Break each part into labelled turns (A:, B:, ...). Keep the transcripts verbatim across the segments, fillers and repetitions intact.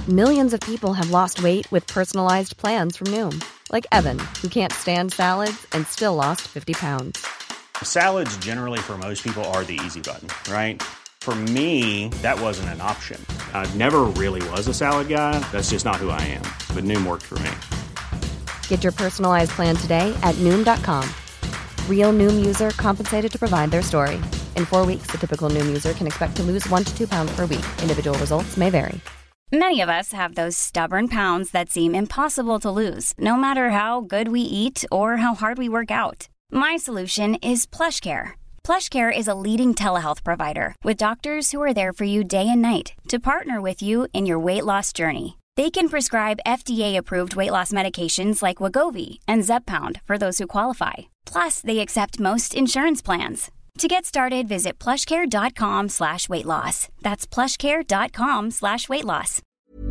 A: Millions of people have lost weight with personalized plans from Noom. Like Evan, who can't stand salads and still lost fifty pounds.
B: Salads generally for most people are the easy button, right? For me, that wasn't an option. I never really was a salad guy. That's just not who I am. But Noom worked for me.
A: Get your personalized plan today at Noom dot com. Real Noom user compensated to provide their story. In four weeks, the typical Noom user can expect to lose one to two pounds per week. Individual results may vary.
C: Many of us have those stubborn pounds that seem impossible to lose, no matter how good we eat or how hard we work out. My solution is PlushCare. PlushCare is a leading telehealth provider with doctors who are there for you day and night to partner with you in your weight loss journey. They can prescribe F D A-approved weight loss medications like Wegovy and Zepbound for those who qualify. Plus, they accept most insurance plans. To get started, visit plushcare.com slash weight loss. That's plushcare.com slash weight loss.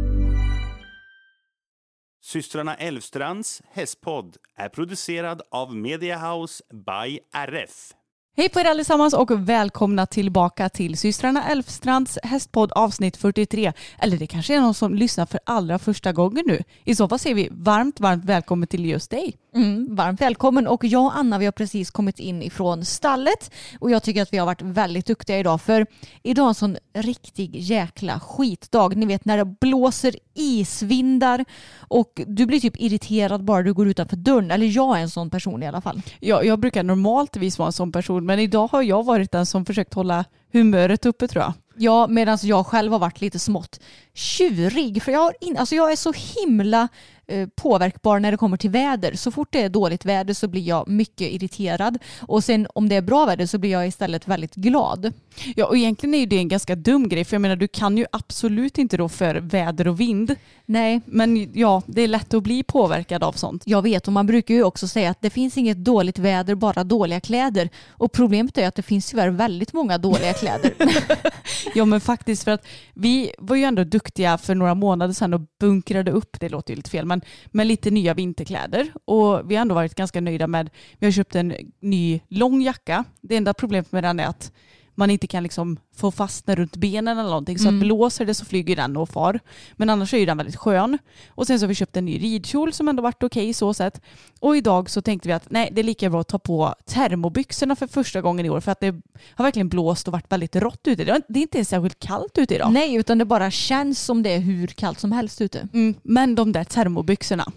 D: Systrarna Elfstrands hästpodd är producerad av Media House by R F.
E: Hej på er allesammans och välkomna tillbaka till Systrarna Elfstrands hästpodd avsnitt fyrtiotre. Eller det kanske är någon som lyssnar för allra första gången nu. I så fall säger vi varmt, varmt välkommen till just dig.
F: Mm, varmt välkommen, och jag och Anna, vi har precis kommit in ifrån stallet och jag tycker att vi har varit väldigt duktiga idag, för idag är en sån riktig jäkla skitdag. Ni vet när det blåser isvindar och du blir typ irriterad bara du går utanför dörren, eller jag är en sån person i alla fall.
E: Ja, jag brukar normaltvis vara en sån person, men idag har jag varit den som försökt hålla humöret uppe, tror jag.
F: Ja, medan jag själv har varit lite smått tjurig, för jag, har in, alltså jag är så himla eh, påverkbar när det kommer till väder. Så fort det är dåligt väder så blir jag mycket irriterad, och sen om det är bra väder så blir jag istället väldigt glad.
E: Ja, och egentligen är ju det en ganska dum grej, för jag menar, du kan ju absolut inte då för väder och vind.
F: Nej.
E: Men ja, det är lätt att bli påverkad av sånt.
F: Jag vet, och man brukar ju också säga att det finns inget dåligt väder, bara dåliga kläder. Och problemet är att det finns tyvärr väldigt många dåliga kläder.
E: Ja, men faktiskt, för att vi var ju ändå duktiga för några månader sedan och bunkrade upp, det låter ju lite fel, men med lite nya vinterkläder. Och vi har ändå varit ganska nöjda med, vi har köpt en ny lång jacka. Det enda problemet med den är att man inte kan liksom få fast den runt benen eller någonting. Så mm. att blåser det så flyger den och far. Men annars är ju den väldigt skön. Och sen så har vi köpt en ny ridkjol som ändå varit okej så sett. Och idag så tänkte vi att nej, det är lika bra att ta på termobyxorna för första gången i år. För att det har verkligen blåst och varit väldigt rått ute. Det är inte ens särskilt kallt ute idag.
F: Nej, utan det bara känns som det är hur kallt som helst ute.
E: Mm. Men de där termobyxorna,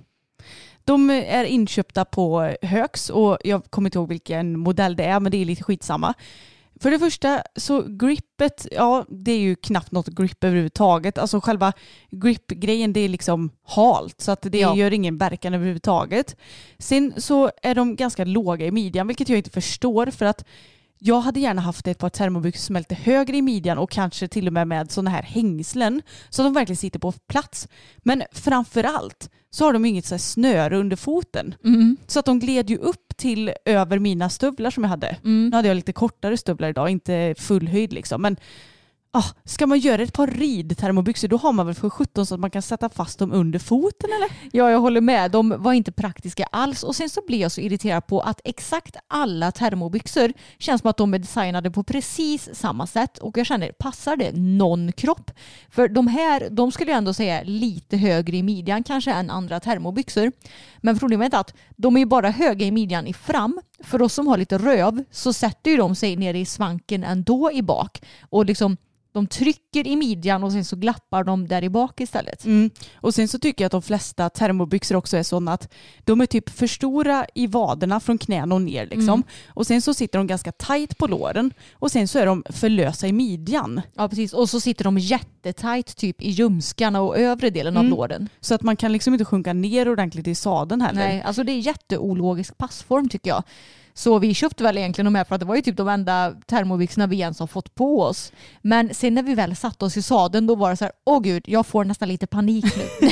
E: de är inköpta på Högs. Och jag kommer inte ihåg vilken modell det är, men det är lite skitsamma. För det första så grippet, ja det är ju knappt något grip överhuvudtaget. Alltså själva grip-grejen, det är liksom halt, så att det ja. gör ingen verkan överhuvudtaget. Sen så är de ganska låga i midjan, vilket jag inte förstår, för att jag hade gärna haft ett par termobyxor som är lite högre i midjan och kanske till och med med sådana här hängslen så att de verkligen sitter på plats. Men framförallt så har de inget så här snöre under foten. Mm. Så att de gled ju upp till över mina stövlar som jag hade. Mm. Nu hade jag lite kortare stövlar idag, inte full höjd liksom. Men ah, ska man göra ett par ridtermobyxor, då har man väl för sjutton så att man kan sätta fast dem under foten, eller?
F: Ja, jag håller med. De var inte praktiska alls. Och sen så blir jag så irriterad på att exakt alla termobyxor känns som att de är designade på precis samma sätt. Och jag känner, passar det någon kropp? För de här, de skulle jag ändå säga lite högre i midjan kanske än andra termobyxor. Men problemet är att de är bara höga i midjan i fram. För oss som har lite röv så sätter ju de sig ner i svanken ändå i bak. Och liksom de trycker i midjan och sen så glappar de där i bak istället.
E: Mm. Och sen så tycker jag att de flesta termobyxor också är sådana att de är typ för stora i vaderna från knän och ner liksom. Mm. Och sen så sitter de ganska tajt på låren. Och sen så är de för lösa i midjan.
F: Ja, precis. Och så sitter de jättetajt typ i ljumskarna och övre delen mm. av låren.
E: Så att man kan liksom inte sjunka ner ordentligt i sadeln heller.
F: Nej, alltså det är jätteologisk passform tycker jag. Så vi köpte väl egentligen de här för att det var ju typ de enda termobyxorna vi ens har fått på oss. Men sen när vi väl satt oss i sadeln då var det så här, åh gud, jag får nästan lite panik nu.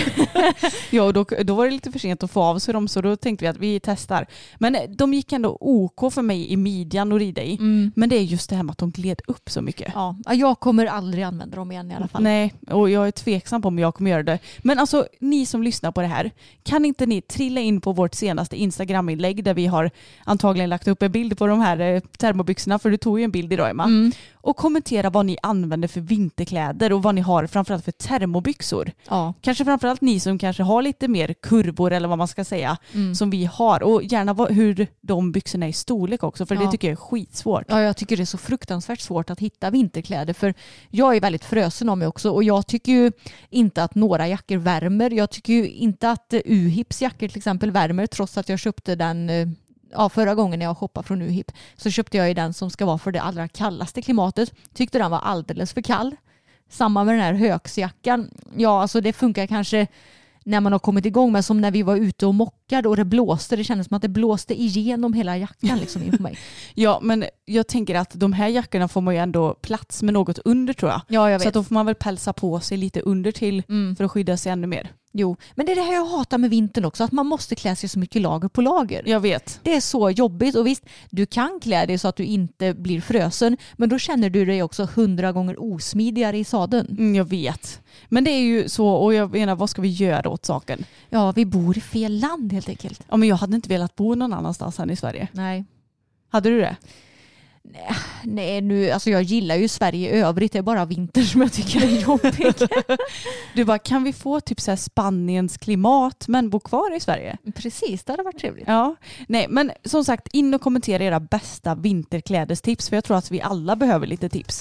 E: Ja, och då, då var det lite för sent att få av sig dem, så då tänkte vi att vi testar. Men de gick ändå OK för mig i midjan och rida i. Mm. Men det är just det här med att de gled upp så mycket.
F: Ja, jag kommer aldrig använda dem igen i alla fall.
E: Nej, och jag är tveksam på om jag kommer göra det. Men alltså, ni som lyssnar på det här, kan inte ni trilla in på vårt senaste Instagram-inlägg där vi har antagligen lagt lagt upp en bild på de här eh, termobyxorna, för du tog ju en bild idag, Emma.
F: Mm.
E: Och kommentera vad ni använder för vinterkläder och vad ni har framförallt för termobyxor.
F: Ja.
E: Kanske framförallt ni som kanske har lite mer kurvor eller vad man ska säga
F: Mm.
E: som vi har. Och gärna vad, hur de byxorna är i storlek också, för
F: Ja.
E: det tycker jag är skitsvårt.
F: Ja, jag tycker det är så fruktansvärt svårt att hitta vinterkläder, för jag är väldigt frösen av mig också, och jag tycker ju inte att några jackor värmer. Jag tycker ju inte att uh, U-Hips jackor till exempel värmer, trots att jag köpte den uh, ja, förra gången när jag shoppade från U-Hip så köpte jag ju den som ska vara för det allra kallaste klimatet. Tyckte den var alldeles för kall. Samma med den här högsjackan. Ja, alltså det funkar kanske när man har kommit igång, men som när vi var ute och mockade och det blåste. Det kändes som att det blåste igenom hela jackan liksom inför mig.
E: Ja, men jag tänker att de här jackorna får man ju ändå plats med något under, tror jag.
F: Ja, jag vet.
E: Så att då får man väl pälsa på sig lite under till
F: Mm.
E: för att skydda sig ännu mer.
F: Jo, men det är det här jag hatar med vintern också, att man måste klä sig så mycket lager på lager.
E: Jag vet.
F: Det är så jobbigt, och visst, du kan klä dig så att du inte blir frösen, men då känner du dig också hundra gånger osmidigare i sadeln.
E: Mm, jag vet. Men det är ju så, och jag menar, vad ska vi göra åt saken?
F: Ja, vi bor i fel land helt enkelt.
E: Ja, men jag hade inte velat bo någon annanstans än i Sverige.
F: Nej.
E: Hade du det?
F: Nej, nu, alltså jag gillar ju Sverige i övrigt. Det är bara vinter som jag tycker är jobbigt.
E: Du bara, kan vi få typ så här Spaniens klimat men bo kvar i Sverige?
F: Precis, det hade varit trevligt.
E: Ja, nej, men som sagt, in och kommentera era bästa vinterklädestips, för jag tror att vi alla behöver lite tips.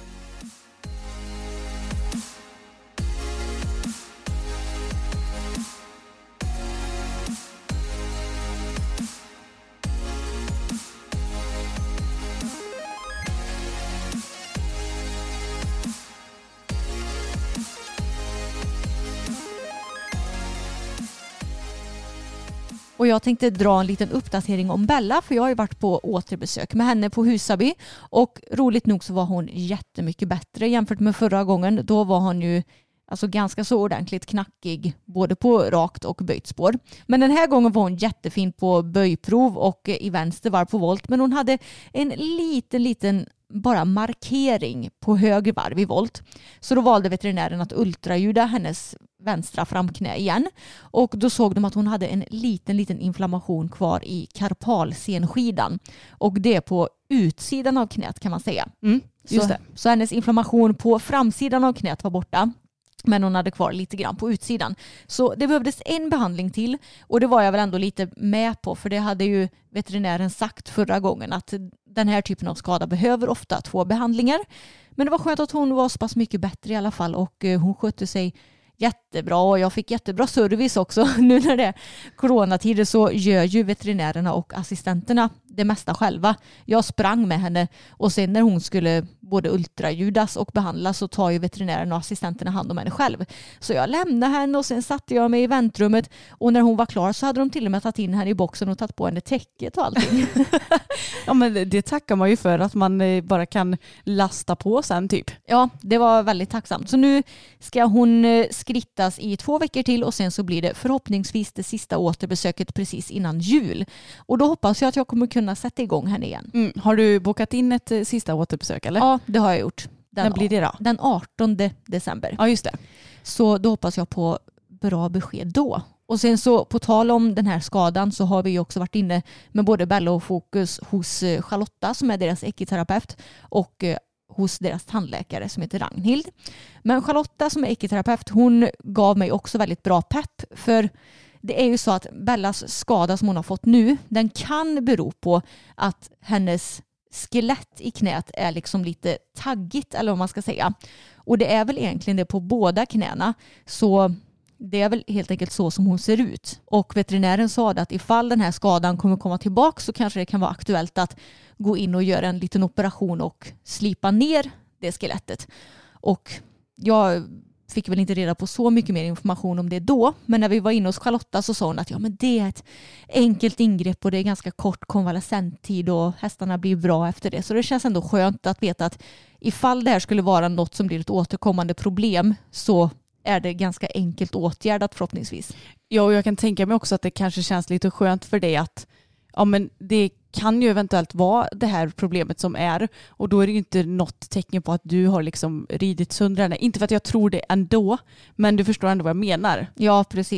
F: Och jag tänkte dra en liten uppdatering om Bella, för jag har ju varit på återbesök med henne på Husaby, och roligt nog så var hon jättemycket bättre jämfört med förra gången. Då var hon ju alltså ganska så ordentligt knackig både på rakt och böjt spår. Men den här gången var hon jättefin på böjprov och i vänster varv på volt, men hon hade en liten liten bara markering på höger varv i volt. Så då valde veterinären att ultraljuda hennes vänstra framknä igen. Och då såg de att hon hade en liten, liten inflammation kvar i karpalsenskidan. Och det är på utsidan av knät kan man säga.
E: Mm, just
F: så,
E: det.
F: så hennes inflammation på framsidan av knät var borta. Men hon hade kvar lite grann på utsidan. Så det behövdes en behandling till. Och det var jag väl ändå lite med på. För det hade ju veterinären sagt förra gången, att den här typen av skada behöver ofta två behandlingar. Men det var skönt att hon var så pass mycket bättre i alla fall. Och hon skötte sig jättebra, och jag fick jättebra service också. Nu när det är coronatider så gör ju veterinärerna och assistenterna det mesta själva. Jag sprang med henne, och sen när hon skulle både ultraljudas och behandlas så tar ju veterinärerna och assistenterna hand om henne själv. Så jag lämnade henne och sen satte jag mig i väntrummet, och när hon var klar så hade de till och med tagit in henne i boxen och tagit på henne täcket och allting.
E: Ja, men det tackar man ju för, att man bara kan lasta på sen typ.
F: Ja, det var väldigt tacksamt. Så nu ska hon skrittas i två veckor till, och sen så blir det förhoppningsvis det sista återbesöket precis innan jul. Och då hoppas jag att jag kommer kunna sätta igång henne igen.
E: Mm. Har du bokat in ett eh, sista återbesök eller?
F: Ja, det har jag gjort. Den,
E: När blir det då?
F: Den artonde december.
E: Ja, just det.
F: Så då hoppas jag på bra besked då. Och sen så på tal om den här skadan så har vi ju också varit inne med både Bella och fokus hos Charlotta som är deras ekiterapeut, och hos deras tandläkare som heter Ragnhild. Men Charlotta som är ekiterapeut, hon gav mig också väldigt bra pepp, för det är ju så att Bellas skada som hon har fått nu, den kan bero på att hennes skelett i knät är liksom lite taggigt, eller vad man ska säga. Och det är väl egentligen det på båda knäna, så det är väl helt enkelt så som hon ser ut. Och veterinären sa att ifall den här skadan kommer komma tillbaka så kanske det kan vara aktuellt att gå in och göra en liten operation och slipa ner det skelettet. Och jag fick väl inte reda på så mycket mer information om det då, men när vi var inne hos Charlotta så sa hon att ja, men det är ett enkelt ingrepp och det är ganska kort konvalescenttid och hästarna blir bra efter det. Så det känns ändå skönt att veta att ifall det här skulle vara något som blir ett återkommande problem så är det ganska enkelt åtgärdat förhoppningsvis.
E: Ja, och jag kan tänka mig också att det kanske känns lite skönt för dig att ja, men det kan ju eventuellt vara det här problemet som är, och då är det ju inte något tecken på att du har liksom ridit sönder henne. Inte för att jag tror det ändå, men du förstår ändå vad jag menar.
F: Ja, precis.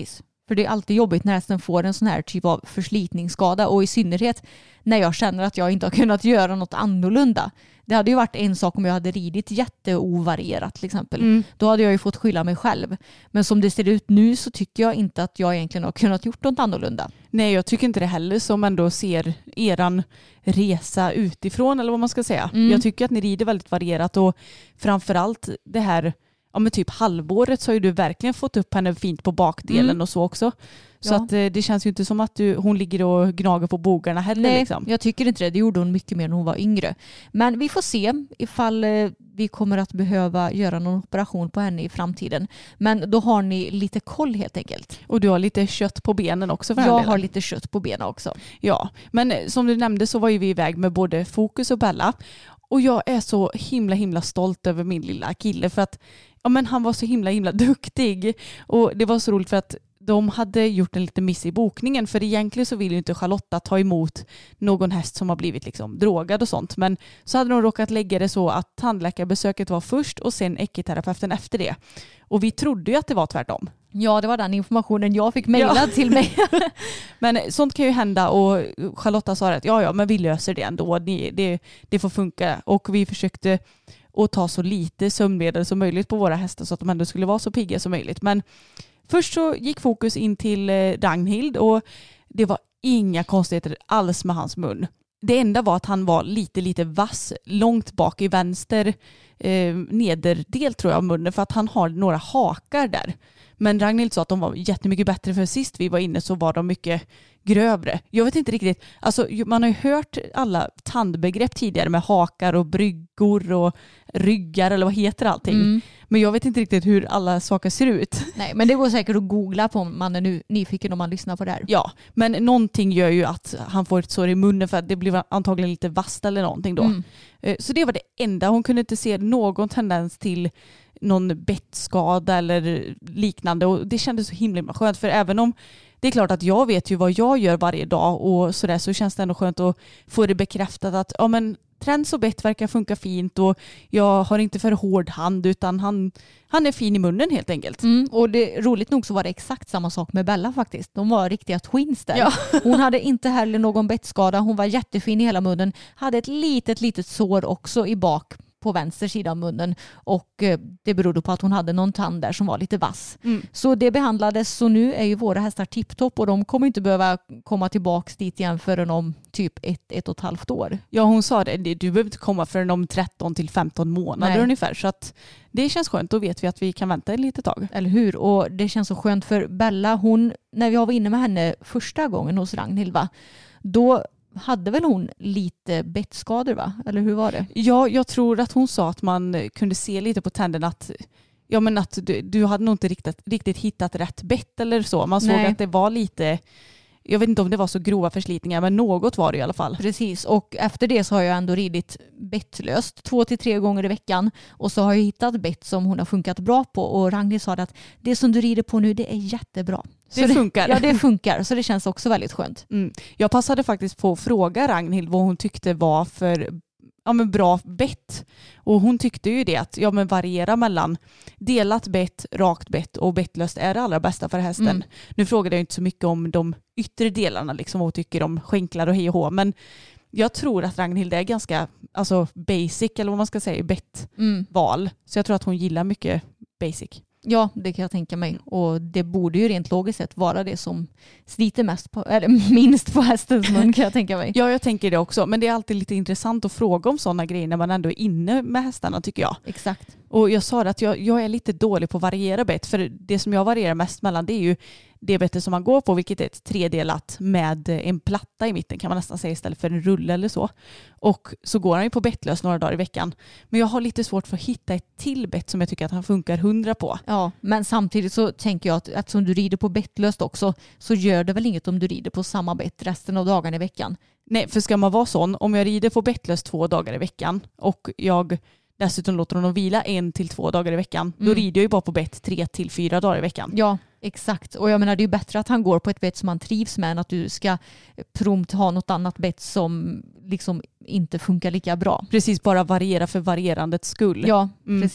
F: För det är alltid jobbigt när hästen får en sån här typ av förslitningsskada och i synnerhet när jag känner att jag inte har kunnat göra något annorlunda. Det hade ju varit en sak om jag hade ridit jätteovarierat till exempel. Mm. Då hade jag ju fått skylla mig själv. Men som det ser ut nu så tycker jag inte att jag egentligen har kunnat gjort något annorlunda.
E: Nej, jag tycker inte det heller, som ändå ser eran resa utifrån eller vad man ska säga. Mm. Jag tycker att ni rider väldigt varierat och framförallt det här, ja men typ halvåret så har ju du verkligen fått upp henne fint på bakdelen mm. och så också. Så ja. att det känns ju inte som att du, hon ligger och gnager på bogarna heller.
F: Nej,
E: liksom.
F: Jag tycker inte det. Det gjorde hon mycket mer när hon var yngre. Men vi får se ifall vi kommer att behöva göra någon operation på henne i framtiden. Men då har ni lite koll helt enkelt.
E: Och du har lite kött på benen också. För
F: jag har lite kött på benen också.
E: Ja, men som du nämnde så var ju vi iväg med både Fokus och Bella. Och jag är så himla himla stolt över min lilla kille för att ja, men han var så himla himla duktig. Och det var så roligt för att de hade gjort en liten miss i bokningen, för egentligen så vill ju inte Charlotta ta emot någon häst som har blivit liksom drogad och sånt. Men så hade de råkat lägga det så att tandläkarbesöket var först och sen ekiterapeuten efter det. Och vi trodde ju att det var tvärtom.
F: Ja, det var den informationen jag fick mejlad ja. till mig.
E: Men sånt kan ju hända och Charlotta sa att ja, ja, men vi löser det ändå. Det, det, det får funka. Och vi försökte att ta så lite sömnmedel som möjligt på våra hästar så att de ändå skulle vara så pigga som möjligt. Men först så gick Fokus in till Ragnhild och det var inga konstigheter alls med hans mun. Det enda var att han var lite, lite vass långt bak i vänster eh, nederdel tror jag av munnen för att han har några hakar där. Men Ragnhild sa att de var jättemycket bättre för sist vi var inne så var de mycket grövre. Jag vet inte riktigt, alltså man har ju hört alla tandbegrepp tidigare med hakar och bryggor och ryggar eller vad heter allting. Mm. Men jag vet inte riktigt hur alla saker ser ut.
F: Nej, men det går säkert att googla på om man är nu nyfiken om man lyssnar på det här.
E: Ja, men någonting gör ju att han får ett sår i munnen för att det blir antagligen lite vasst eller någonting då. Mm. Så det var det enda. Hon kunde inte se någon tendens till någon bettskada eller liknande och det kändes så himla skönt för även om det är klart att jag vet ju vad jag gör varje dag och sådär så känns det ändå skönt att få det bekräftat att ja men Träns och bett verkar funka fint och jag har inte för hård hand utan han, han är fin i munnen helt enkelt.
F: Mm, och det, roligt nog så var det exakt samma sak med Bella faktiskt. De var riktiga twins där. Ja. Hon hade inte heller någon bettskada. Hon var jättefin i hela munnen. Hade ett litet, litet sår också i bak på vänster sida av munnen och det berodde på att hon hade någon tand där som var lite vass. Mm. Så det behandlades så nu är ju våra hästar tipptopp och de kommer inte behöva komma tillbaka dit igen förrän om typ ett, ett och ett halvt år.
E: Ja, hon sa det. Du behöver inte komma förrän om tretton till femton månader Nej. ungefär. Så att det känns skönt. Då vet vi att vi kan vänta ett litet tag.
F: Eller hur? Och det känns så skönt för Bella. Hon, när vi var inne med henne första gången hos Ragnhild va? Då hade väl hon lite bettskador va? Eller hur var det?
E: Ja, jag tror att hon sa att man kunde se lite på tänderna att, ja, men att du, du hade nog inte riktigt, riktigt hittat rätt bett eller så. Man såg Nej. att det var lite, jag vet inte om det var så grova förslitningar men något var det i alla fall.
F: Precis, och efter det så har jag ändå ridit bettlöst två till tre gånger i veckan och så har jag hittat bett som hon har funkat bra på och Ragnhild sa att det som du rider på nu det är jättebra.
E: Så det funkar.
F: Det, ja, det funkar. Så det känns också väldigt skönt.
E: Mm. Jag passade faktiskt på att fråga Ragnhild vad hon tyckte var för ja, men bra bett. Och hon tyckte ju det att ja, men variera mellan delat bett, rakt bett och bettlöst är det allra bästa för hästen. Mm. Nu frågade jag inte så mycket om de yttre delarna, liksom, vad hon tycker om skänklar och hej och hå. Men jag tror att Ragnhild är ganska alltså, basic, eller vad man ska säga, bettval. Mm. Så jag tror att hon gillar mycket basic.
F: Ja, det kan jag tänka mig. Och det borde ju rent logiskt sett vara det som sliter mest på, eller minst på hästens mun kan jag tänka mig.
E: Ja, jag tänker det också. Men det är alltid lite intressant att fråga om sådana grejer när man ändå är inne med hästarna tycker jag.
F: Exakt.
E: Och jag sa att jag, jag är lite dålig på att variera bett. För det som jag varierar mest mellan det är ju det bettet som man går på, vilket är ett tredelat med en platta i mitten kan man nästan säga istället för en rulle eller så. Och så går han ju på bettlös några dagar i veckan. Men jag har lite svårt för att hitta ett till bett som jag tycker att han funkar hundra på.
F: Ja, men samtidigt så tänker jag att eftersom du rider på bettlöst också så gör det väl inget om du rider på samma bett resten av dagarna i veckan.
E: Nej, för ska man vara sån, om jag rider på bettlöst två dagar i veckan och jag dessutom låter honom vila en till två dagar i veckan. Mm. Då rider jag ju bara på bett tre till fyra dagar i veckan.
F: Ja, exakt. Och jag menar det är ju bättre att han går på ett bett som han trivs med än att du ska prompt ha något annat bett som liksom inte funkar lika bra.
E: Precis, bara variera för varierandets skull.
F: Ja, mm. precis.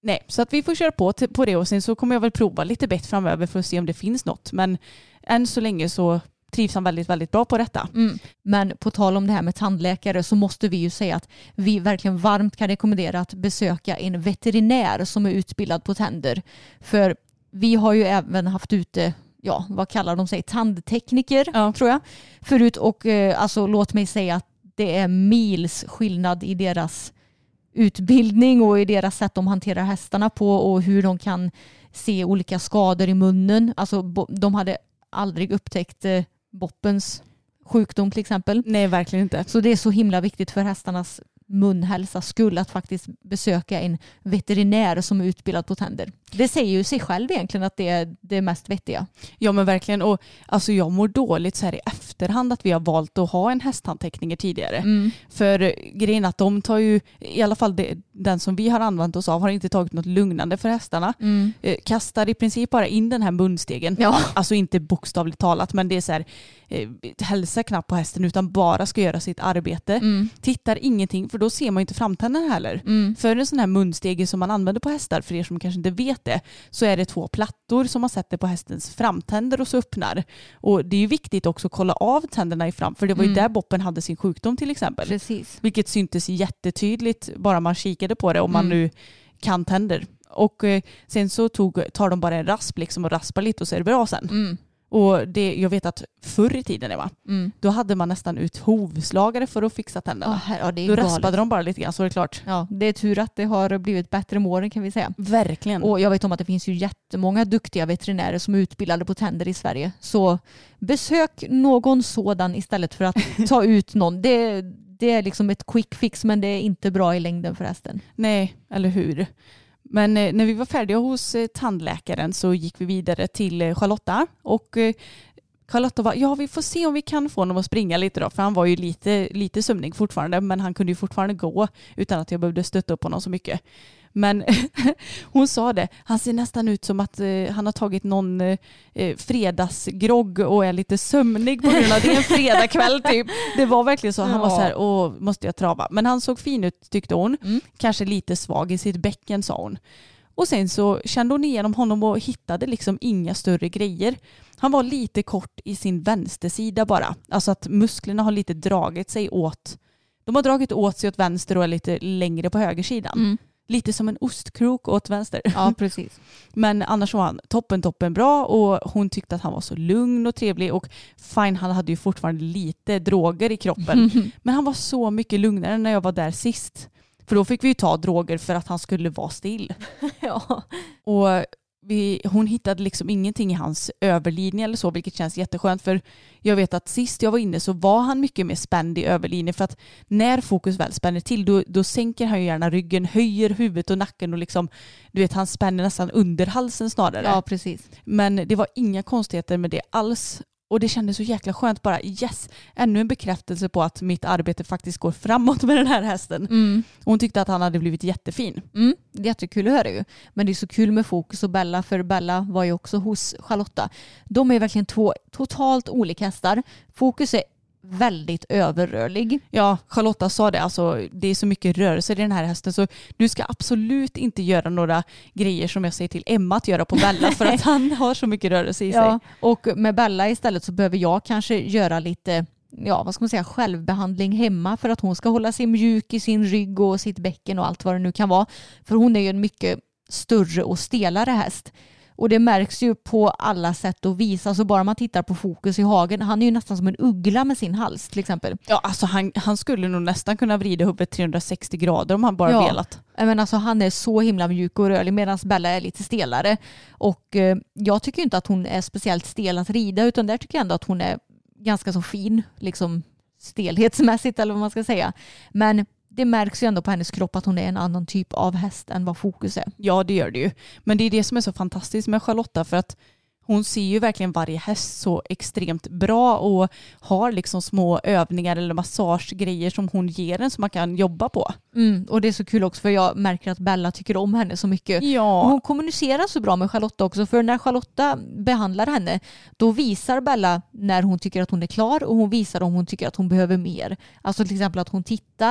E: Nej, så att vi får köra på, på det och sen så kommer jag väl prova lite bett framöver för att se om det finns något. Men än så länge så trivs han väldigt, väldigt bra på detta.
F: Mm. Men på tal om det här med tandläkare så måste vi ju säga att vi verkligen varmt kan rekommendera att besöka en veterinär som är utbildad på tänder. För vi har ju även haft ute, ja, vad kallar de sig, tandtekniker ja. tror jag, förut. Och eh, alltså låt mig säga att det är mils skillnad i deras utbildning och i deras sätt de hanterar hästarna på och hur de kan se olika skador i munnen. Alltså de hade aldrig upptäckt eh, boppens sjukdom till exempel.
E: Nej, verkligen inte.
F: Så det är så himla viktigt för hästarnas munhälsa skull att faktiskt besöka en veterinär som är utbildad på tänder. Det säger ju sig själv egentligen att det är det mest vettiga.
E: Ja men verkligen. Och alltså jag mår dåligt så här i efterhand att vi har valt att ha en hästtandtekniker tidigare. Mm. För grejen att de tar ju, i alla fall det, den som vi har använt oss av har inte tagit något lugnande för hästarna. Mm. Eh, kastar i princip bara in den här munstegen. Ja. Alltså inte bokstavligt talat men det är så här eh, hälsa knappt på hästen utan bara ska göra sitt arbete. Mm. Tittar ingenting för då ser man inte framtänderna heller. Mm. För en sån här munstege som man använder på hästar, för er som kanske inte vet det, så är det två plattor som man sätter på hästens framtänder och så öppnar. Och det är ju viktigt också att kolla av tänderna i fram, för det var ju mm. där boppen hade sin sjukdom till exempel.
F: Precis.
E: Vilket syntes jättetydligt bara man kikade på det om man mm. nu kan tänder. Och eh, sen så tog, tar de bara en rasp liksom och raspar lite och så är det bra sen. Mm. Och det, jag vet att förr i tiden va, mm. då hade man nästan ut hovslagare för att fixa tänderna.
F: Oh, här, ja, det är
E: då
F: galet.
E: raspade de bara lite grann så är det klart.
F: Ja, det är tur att det har blivit bättre med åren kan vi säga.
E: Verkligen.
F: Och jag vet om att det finns ju jättemånga duktiga veterinärer som är utbildade på tänder i Sverige. Så besök någon sådan istället för att ta ut någon. Det, det är liksom ett quick fix men det är inte bra i längden för hästen.
E: Nej, eller hur? Men eh, när vi var färdiga hos eh, tandläkaren så gick vi vidare till eh, Charlotta och eh, Charlotta var, ja vi får se om vi kan få honom att springa lite då, för han var ju lite, lite sömnig fortfarande men han kunde ju fortfarande gå utan att jag behövde stötta upp honom så mycket. Men hon sa det, han ser nästan ut som att eh, han har tagit någon eh, fredagsgrogg och är lite sömnig på grund av det är en fredagkväll typ. Det var verkligen så, han var så här, åh måste jag trava. Men han såg fin ut tyckte hon, mm. kanske lite svag i sitt bäcken sa hon. Och sen så kände hon igenom honom och hittade liksom inga större grejer. Han var lite kort i sin vänstersida bara. Alltså att musklerna har lite dragit sig åt, de har dragit åt sig åt vänster och är lite längre på högersidan. Mm. Lite som en ostkrok åt vänster.
F: Ja, precis.
E: Men annars var han toppen, toppen bra och hon tyckte att han var så lugn och trevlig och fine, han hade ju fortfarande lite droger i kroppen. Men han var så mycket lugnare när jag var där sist. För då fick vi ju ta droger för att han skulle vara still.
F: Ja.
E: Och vi, hon hittade liksom ingenting i hans överlinje eller så, vilket känns jätteskönt för jag vet att sist jag var inne så var han mycket mer spänd i överlinje för att när fokus väl spänner till då, då sänker han ju gärna ryggen, höjer huvudet och nacken och liksom, du vet han spänner nästan under halsen snarare.
F: Ja, precis.
E: Men det var inga konstigheter med det alls. Och det kändes så jäkla skönt bara, yes, ännu en bekräftelse på att mitt arbete faktiskt går framåt med den här hästen. Mm. Och hon tyckte att han hade blivit jättefin.
F: Mm, jättekul att höra ju. Men det är så kul med Fokus och Bella, för Bella var ju också hos Charlotta. De är verkligen två totalt olika hästar. Fokus är väldigt överrörlig.
E: Ja, Charlotta sa det, alltså det är så mycket rörelse i den här hästen så du ska absolut inte göra några grejer som jag säger till Emma att göra på Bella för att han har så mycket rörelse i
F: ja,
E: sig.
F: Och med Bella istället så behöver jag kanske göra lite, ja vad ska man säga, självbehandling hemma för att hon ska hålla sig mjuk i sin rygg och sitt bäcken och allt vad det nu kan vara. För hon är ju en mycket större och stelare häst. Och det märks ju på alla sätt och vis. Alltså bara man tittar på Fokus i hagen. Han är ju nästan som en uggla med sin hals till exempel.
E: Ja, alltså han, han skulle nog nästan kunna vrida huvudet trehundrasextio grader om han bara
F: ja.
E: velat.
F: Men alltså han är så himla mjuk och rörlig medan Bella är lite stelare. Och eh, jag tycker inte att hon är speciellt stel att rida utan där tycker jag ändå att hon är ganska så fin. Liksom stelhetsmässigt eller vad man ska säga. Men det märks ju ändå på hennes kropp att hon är en annan typ av häst än vad Fokus är.
E: Ja, det gör det ju. Men det är det som är så fantastiskt med Charlotta för att hon ser ju verkligen varje häst så extremt bra och har liksom små övningar eller massagegrejer som hon ger en som man kan jobba på.
F: Mm, och det är så kul också för jag märker att Bella tycker om henne så mycket.
E: Ja.
F: Och hon kommunicerar så bra med Charlotta också för när Charlotta behandlar henne då visar Bella när hon tycker att hon är klar och hon visar om hon tycker att hon behöver mer. Alltså till exempel att hon tittar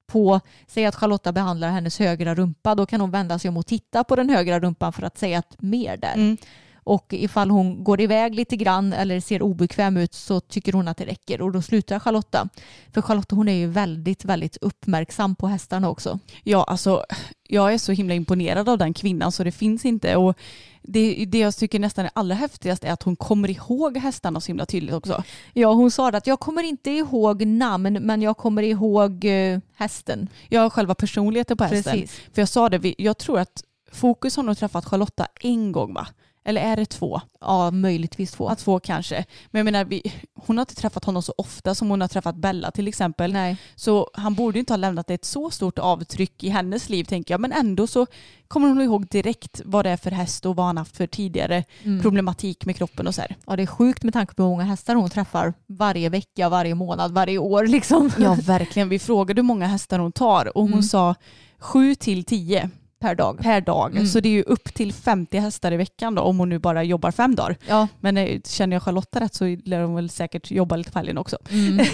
F: på, säg att Charlotta behandlar hennes högra rumpa, då kan hon vända sig om och titta på den högra rumpan för att säga att mer där. Mm. Och ifall hon går iväg lite grann eller ser obekväm ut så tycker hon att det räcker och då slutar Charlotta. För Charlotta hon är ju väldigt, väldigt uppmärksam på hästarna också.
E: Ja, alltså jag är så himla imponerad av den kvinnan så det finns inte. Och det, det jag tycker nästan är allra häftigast är att hon kommer ihåg hästarna så himla tydligt också.
F: Ja, hon sa att jag kommer inte ihåg namn men jag kommer ihåg uh, hästen.
E: Ja, själva personligheten på hästen.
F: Precis.
E: För jag sa det, jag tror att Fokus har nog träffat Charlotta en gång va? Eller är det två?
F: Ja, möjligtvis två.
E: Att två kanske. Men jag menar, vi, hon har inte träffat honom så ofta som hon har träffat Bella till exempel.
F: Nej.
E: Så han borde inte ha lämnat ett så stort avtryck i hennes liv tänker jag. Men ändå så kommer hon ihåg direkt vad det är för häst och vad han haft för tidigare mm. problematik med kroppen och så här.
F: Ja, det är sjukt med tanke på hur många hästar hon träffar varje vecka, varje månad, varje år liksom.
E: Ja, verkligen. Vi frågade hur många hästar hon tar och hon mm. sa sju till tio.
F: Per dag.
E: Per dag. Mm. Så det är ju upp till femtio hästar i veckan då, om hon nu bara jobbar fem dagar.
F: Ja.
E: Men eh, känner jag Charlotta rätt så lär hon väl säkert jobba lite på helgen också.
F: Mm.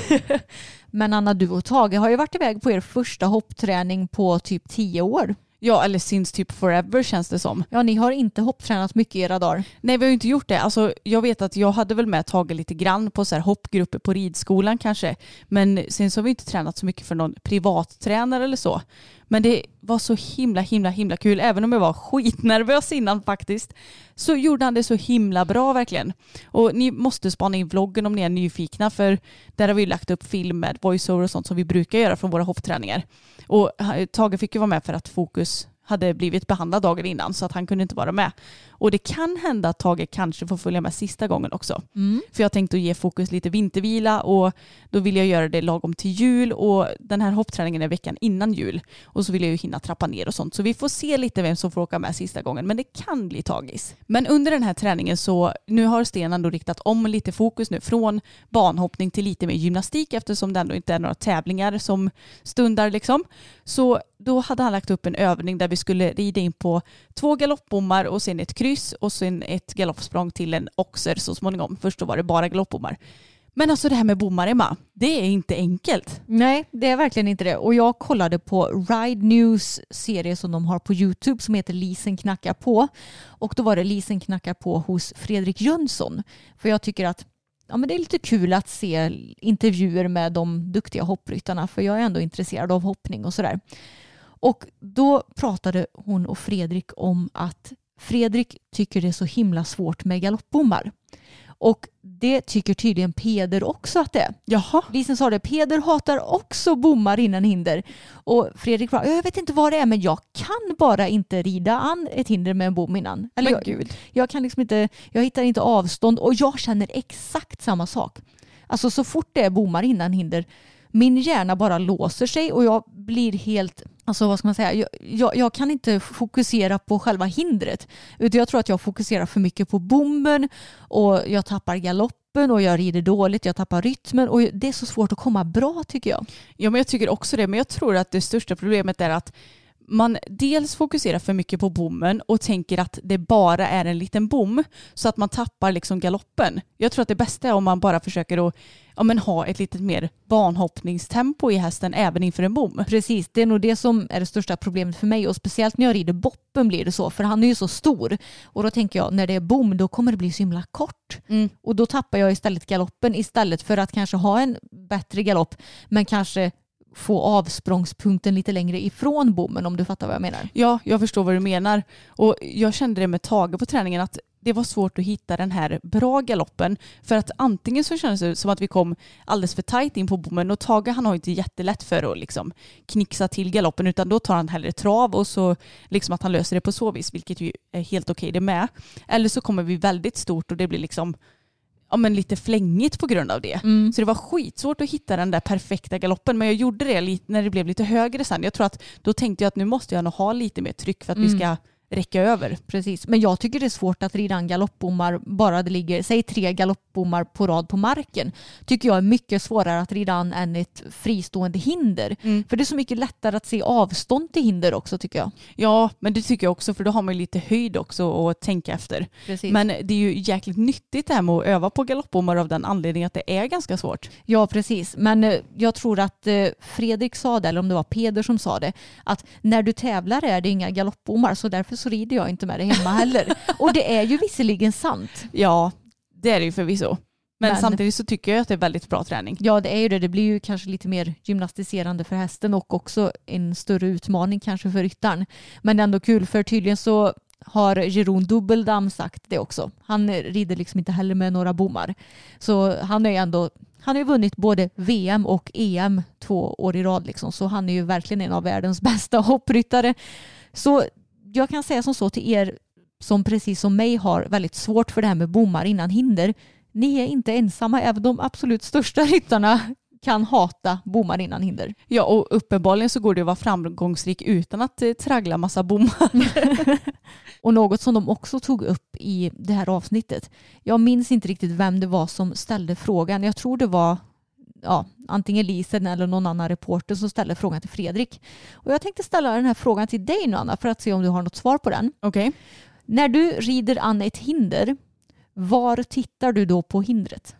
F: Men Anna, du och Tage har ju varit iväg på er första hoppträning på typ tio år.
E: Ja, eller since typ forever känns det som.
F: Ja, ni har inte hopptränat mycket i era dagar.
E: Nej, vi har ju inte gjort det. Alltså, jag vet att jag hade väl med Tage lite grann på så här hoppgrupper på ridskolan kanske. Men sen så har vi inte tränat så mycket för någon privattränare eller så. Men det var så himla, himla, himla kul. Även om jag var skitnervös innan faktiskt. Så gjorde han det så himla bra verkligen. Och ni måste spana in vloggen om ni är nyfikna. För där har vi lagt upp film med voiceover och sånt som vi brukar göra från våra hoppträningar. Och Tage fick ju vara med för att Fokus hade blivit behandlad dagen innan så att han kunde inte vara med. Och det kan hända att Tage kanske får följa med sista gången också. Mm. För jag tänkte att ge Fokus lite vintervila och då vill jag göra det lagom till jul och den här hoppträningen är veckan innan jul. Och så vill jag ju hinna trappa ner och sånt. Så vi får se lite vem som får åka med sista gången. Men det kan bli Tagis. Men under den här träningen så nu har Sten ändå riktat om lite fokus nu från banhoppning till lite mer gymnastik eftersom det ändå inte är några tävlingar som stundar liksom. Så då hade han lagt upp en övning där vi skulle rida in på två galoppbommar och sen ett kryss och sen ett galoppsprång till en oxer så småningom. Först då var det bara galoppbommar. Men alltså det här med bommar, Emma, det är inte enkelt.
F: Nej, det är verkligen inte det. Och jag kollade på Ride News serie som de har på YouTube som heter Lisen knackar på. Och då var det Lisen knackar på hos Fredrik Jönsson. För jag tycker att ja, men det är lite kul att se intervjuer med de duktiga hoppryttarna för jag är ändå intresserad av hoppning och sådär. Och då pratade hon och Fredrik om att Fredrik tycker det är så himla svårt med galoppbommar. Och det tycker tydligen Peder också att det är.
E: Jaha.
F: Lisen sa det, Peder hatar också bommar innan hinder. Och Fredrik bara, jag vet inte vad det är men jag kan bara inte rida an ett hinder med en bom innan. Eller
E: men
F: jag,
E: gud.
F: jag kan liksom inte, jag hittar inte avstånd och jag känner exakt samma sak. Alltså så fort det är bommar innan hinder, min hjärna bara låser sig och jag blir helt, alltså vad ska man säga, jag, jag, jag kan inte fokusera på själva hindret. Utan jag tror att jag fokuserar för mycket på bommen och jag tappar galoppen och jag rider dåligt, jag tappar rytmen och det är så svårt att komma bra tycker jag.
E: Ja, men jag tycker också det, men jag tror att det största problemet är att man dels fokuserar för mycket på bommen och tänker att det bara är en liten bom så att man tappar liksom galoppen. Jag tror att det bästa är om man bara försöker att ja, men ha ett lite mer banhoppningstempo i hästen även inför en bom.
F: Precis, det är nog det som är det största problemet för mig och speciellt när jag rider boppen blir det så för han är ju så stor och då tänker jag när det är bom då kommer det bli så himla kort mm. och då tappar jag istället galoppen istället för att kanske ha en bättre galopp men kanske få avsprångspunkten lite längre ifrån bommen om du fattar vad jag menar.
E: Ja, jag förstår vad du menar. Och jag kände det med Tage på träningen att det var svårt att hitta den här bra galoppen för att antingen så kändes det som att vi kom alldeles för tajt in på bommen och Tage han har inte jättelätt för att liksom knixa till galoppen utan då tar han hellre trav och så liksom att han löser det på så vis vilket ju är helt okej det med. Eller så kommer vi väldigt stort och det blir liksom ja, men lite flängigt på grund av det. Mm. Så det var skitsvårt att hitta den där perfekta galoppen. Men jag gjorde det lite, när det blev lite högre sen. Jag tror att då tänkte jag att nu måste jag nog ha lite mer tryck för att mm. vi ska räcka över.
F: Precis, men jag tycker det är svårt att rida en galoppbommar bara det ligger, säg tre galoppbommar på rad på marken. Tycker jag är mycket svårare att rida an än ett fristående hinder. Mm. För det är så mycket lättare att se avstånd till hinder också tycker jag.
E: Ja, men det tycker jag också, för då har man lite höjd också att tänka efter.
F: Precis.
E: Men det är ju jäkligt nyttigt det här med att öva på galoppbommar av den anledningen att det är ganska svårt.
F: Ja, precis. Men jag tror att Fredrik sa det, eller om det var Peder som sa det, att när du tävlar är det inga galoppbommar, så därför så rider jag inte med det hemma heller. Och det är ju visserligen sant.
E: Ja, det är det ju förvisso. Men, Men samtidigt så tycker jag att det är väldigt bra träning.
F: Ja, det är ju det. Det blir ju kanske lite mer gymnastiserande för hästen och också en större utmaning kanske för ryttaren. Men det är ändå kul, för tydligen så har Jeroen Dubbeldam sagt det också. Han rider liksom inte heller med några bommar. Så han är ändå, han har ju vunnit både V M och E M två år i rad liksom. Så han är ju verkligen en av världens bästa hoppryttare. Så jag kan säga som så till er som precis som mig har väldigt svårt för det här med bommar innan hinder. Ni är inte ensamma, även de absolut största ryttarna kan hata bommar innan hinder.
E: Ja, och uppenbarligen så går det att vara framgångsrik utan att eh, traggla massa bommar.
F: Och något som de också tog upp i det här avsnittet. Jag minns inte riktigt vem det var som ställde frågan. Jag tror det var ja, antingen Lisen eller någon annan reporter som ställde frågan till Fredrik. Och jag tänkte ställa den här frågan till dig nu, Anna, för att se om du har något svar på den.
E: Okej. Okay.
F: När du rider an ett hinder, var tittar du då på hindret?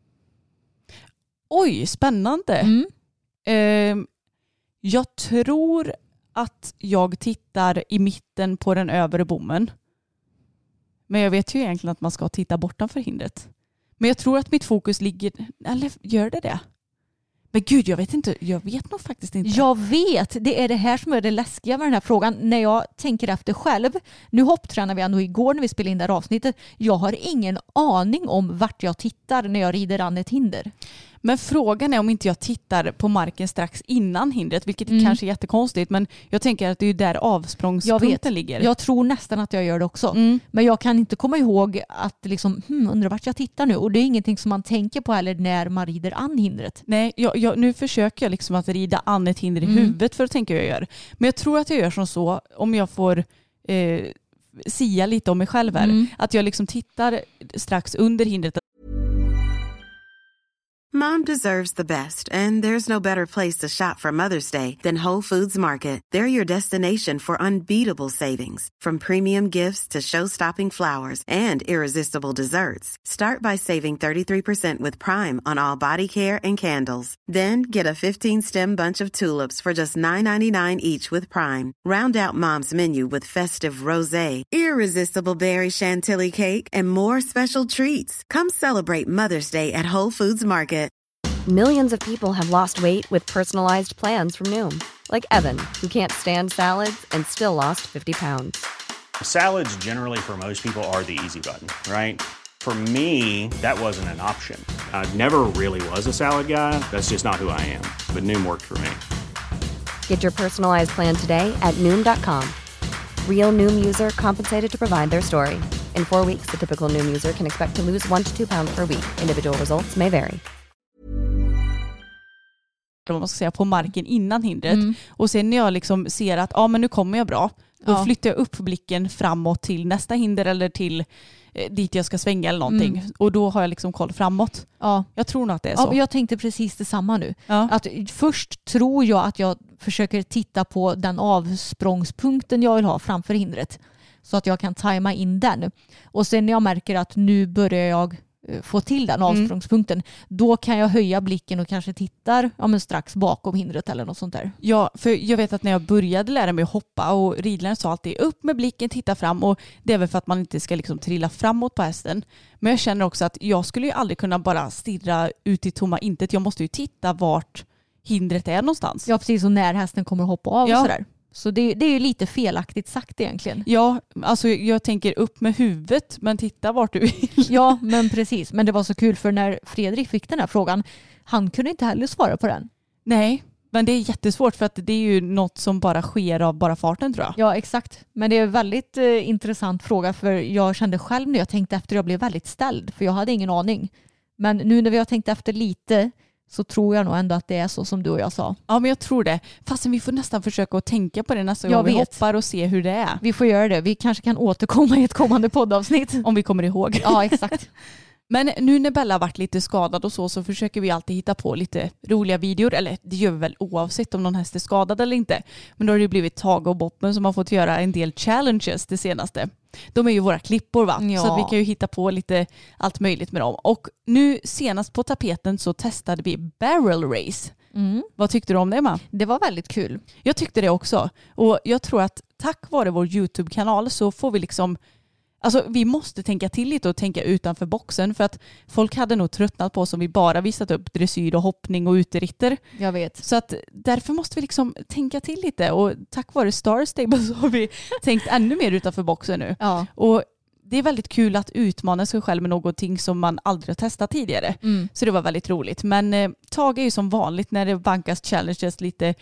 E: Oj, spännande.
F: Mm.
E: Eh, jag tror att jag tittar i mitten på den övre bommen. Men jag vet ju egentligen att man ska titta bortanför hindret. Men jag tror att mitt fokus ligger... Eller gör det det? Men gud, jag vet inte. Jag vet nog faktiskt inte.
F: Jag vet. Det är det här som är det läskiga med den här frågan. När jag tänker efter själv. Nu hopptränar vi ändå igår när vi spelade in det här avsnittet. Jag har ingen aning om vart jag tittar när jag rider an ett hinder.
E: Men frågan är om inte jag tittar på marken strax innan hindret, vilket mm. kanske är jättekonstigt, men jag tänker att det är där avsprångspunkten ligger.
F: Jag tror nästan att jag gör det också.
E: Mm.
F: Men jag kan inte komma ihåg att liksom, hmm, undrar vart jag tittar nu. Och det är ingenting som man tänker på heller när man rider an hindret.
E: Nej, jag, jag, nu försöker jag liksom att rida an ett hinder i mm. huvudet för att tänka hur jag gör. Men jag tror att jag gör som så, om jag får... Eh, sia lite om mig själv här. Mm. Att jag liksom tittar strax under hindret.
G: Mom deserves the best, and there's no better place to shop for Mother's Day than Whole Foods Market. They're your destination for unbeatable savings, from premium gifts to show-stopping flowers and irresistible desserts. Start by saving thirty-three percent with Prime on all body care and candles. Then get a fifteen-stem bunch of tulips for just nine ninety-nine each with Prime. Round out Mom's menu with festive rosé, irresistible berry chantilly cake, and more special treats. Come celebrate Mother's Day at Whole Foods Market.
A: Millions of people have lost weight with personalized plans from Noom. Like Evan, who can't stand salads and still lost fifty pounds.
B: Salads generally for most people are the easy button, right? For me, that wasn't an option. I never really was a salad guy. That's just not who I am. But Noom worked for me.
A: Get your personalized plan today at Noom dot com. Real Noom user compensated to provide their story. In four weeks, the typical Noom user can expect to lose one to two pounds per week. Individual results may vary.
E: Vad man ska säga, på marken innan hindret.
F: Mm.
E: Och sen när jag liksom ser att ja, men nu kommer jag bra, då ja. flyttar jag upp blicken framåt till nästa hinder eller till eh, dit jag ska svänga eller någonting. Mm. Och då har jag liksom koll framåt.
F: Ja.
E: Jag tror nog att det är
F: ja,
E: så.
F: Jag tänkte precis detsamma nu.
E: Ja.
F: Att först tror jag att jag försöker titta på den avsprångspunkten jag vill ha framför hindret. Så att jag kan tajma in den. Och sen när jag märker att nu börjar jag få till den avsprångspunkten, mm. då kan jag höja blicken och kanske tittar ja, men strax bakom hindret eller något sånt där.
E: Ja, för jag vet att när jag började lära mig att hoppa och ridläraren sa alltid upp med blicken, titta fram, och det är väl för att man inte ska liksom trilla framåt på hästen. Men jag känner också att jag skulle ju aldrig kunna bara stirra ut i tomma intet. Jag måste ju titta vart hindret är någonstans.
F: Ja, precis, och när hästen kommer att hoppa av
E: ja.
F: och sådär. Så det, det är ju lite felaktigt sagt egentligen.
E: Ja, alltså jag tänker upp med huvudet, men titta vart du vill.
F: Ja, men precis. Men det var så kul, för när Fredrik fick den här frågan, han kunde inte heller svara på den.
E: Nej, men det är jättesvårt för att det är ju något som bara sker av bara farten, tror jag.
F: Ja, exakt. Men det är en väldigt eh, intressant fråga, för jag kände själv när jag tänkte efter, jag blev väldigt ställd, för jag hade ingen aning. Men nu när vi har tänkt efter lite så tror jag nog ändå att det är så som du och jag sa.
E: Ja, men jag tror det. Fast vi får nästan försöka att tänka på det nästa
F: Jag
E: gång vi
F: vet.
E: hoppar och se hur det är.
F: Vi får göra det. Vi kanske kan återkomma i ett kommande poddavsnitt.
E: Om vi kommer ihåg.
F: Ja, exakt.
E: Men nu när Bella har varit lite skadad och så så försöker vi alltid hitta på lite roliga videor. Eller det gör vi väl oavsett om någon häst är skadad eller inte. Men då har det blivit Tage och Boppen som har fått göra en del challenges det senaste. De är ju våra klippor va?
F: Ja.
E: Så att vi kan ju hitta på lite allt möjligt med dem. Och nu senast på tapeten så testade vi barrel race.
F: Mm.
E: Vad tyckte du om det, Emma?
F: Det var väldigt kul.
E: Jag tyckte det också. Och jag tror att tack vare vår YouTube-kanal så får vi liksom... Alltså vi måste tänka till lite och tänka utanför boxen för att folk hade nog tröttnat på oss om vi bara visat upp dressyr och hoppning och uteritter.
F: Jag vet.
E: Så att därför måste vi liksom tänka till lite och tack vare Star Stable så har vi tänkt ännu mer utanför boxen nu.
F: Ja.
E: Och det är väldigt kul att utmana sig själv med någonting som man aldrig har testat tidigare.
F: Mm.
E: Så det var väldigt roligt. Men eh, Tage är ju som vanligt när det bankas challenges lite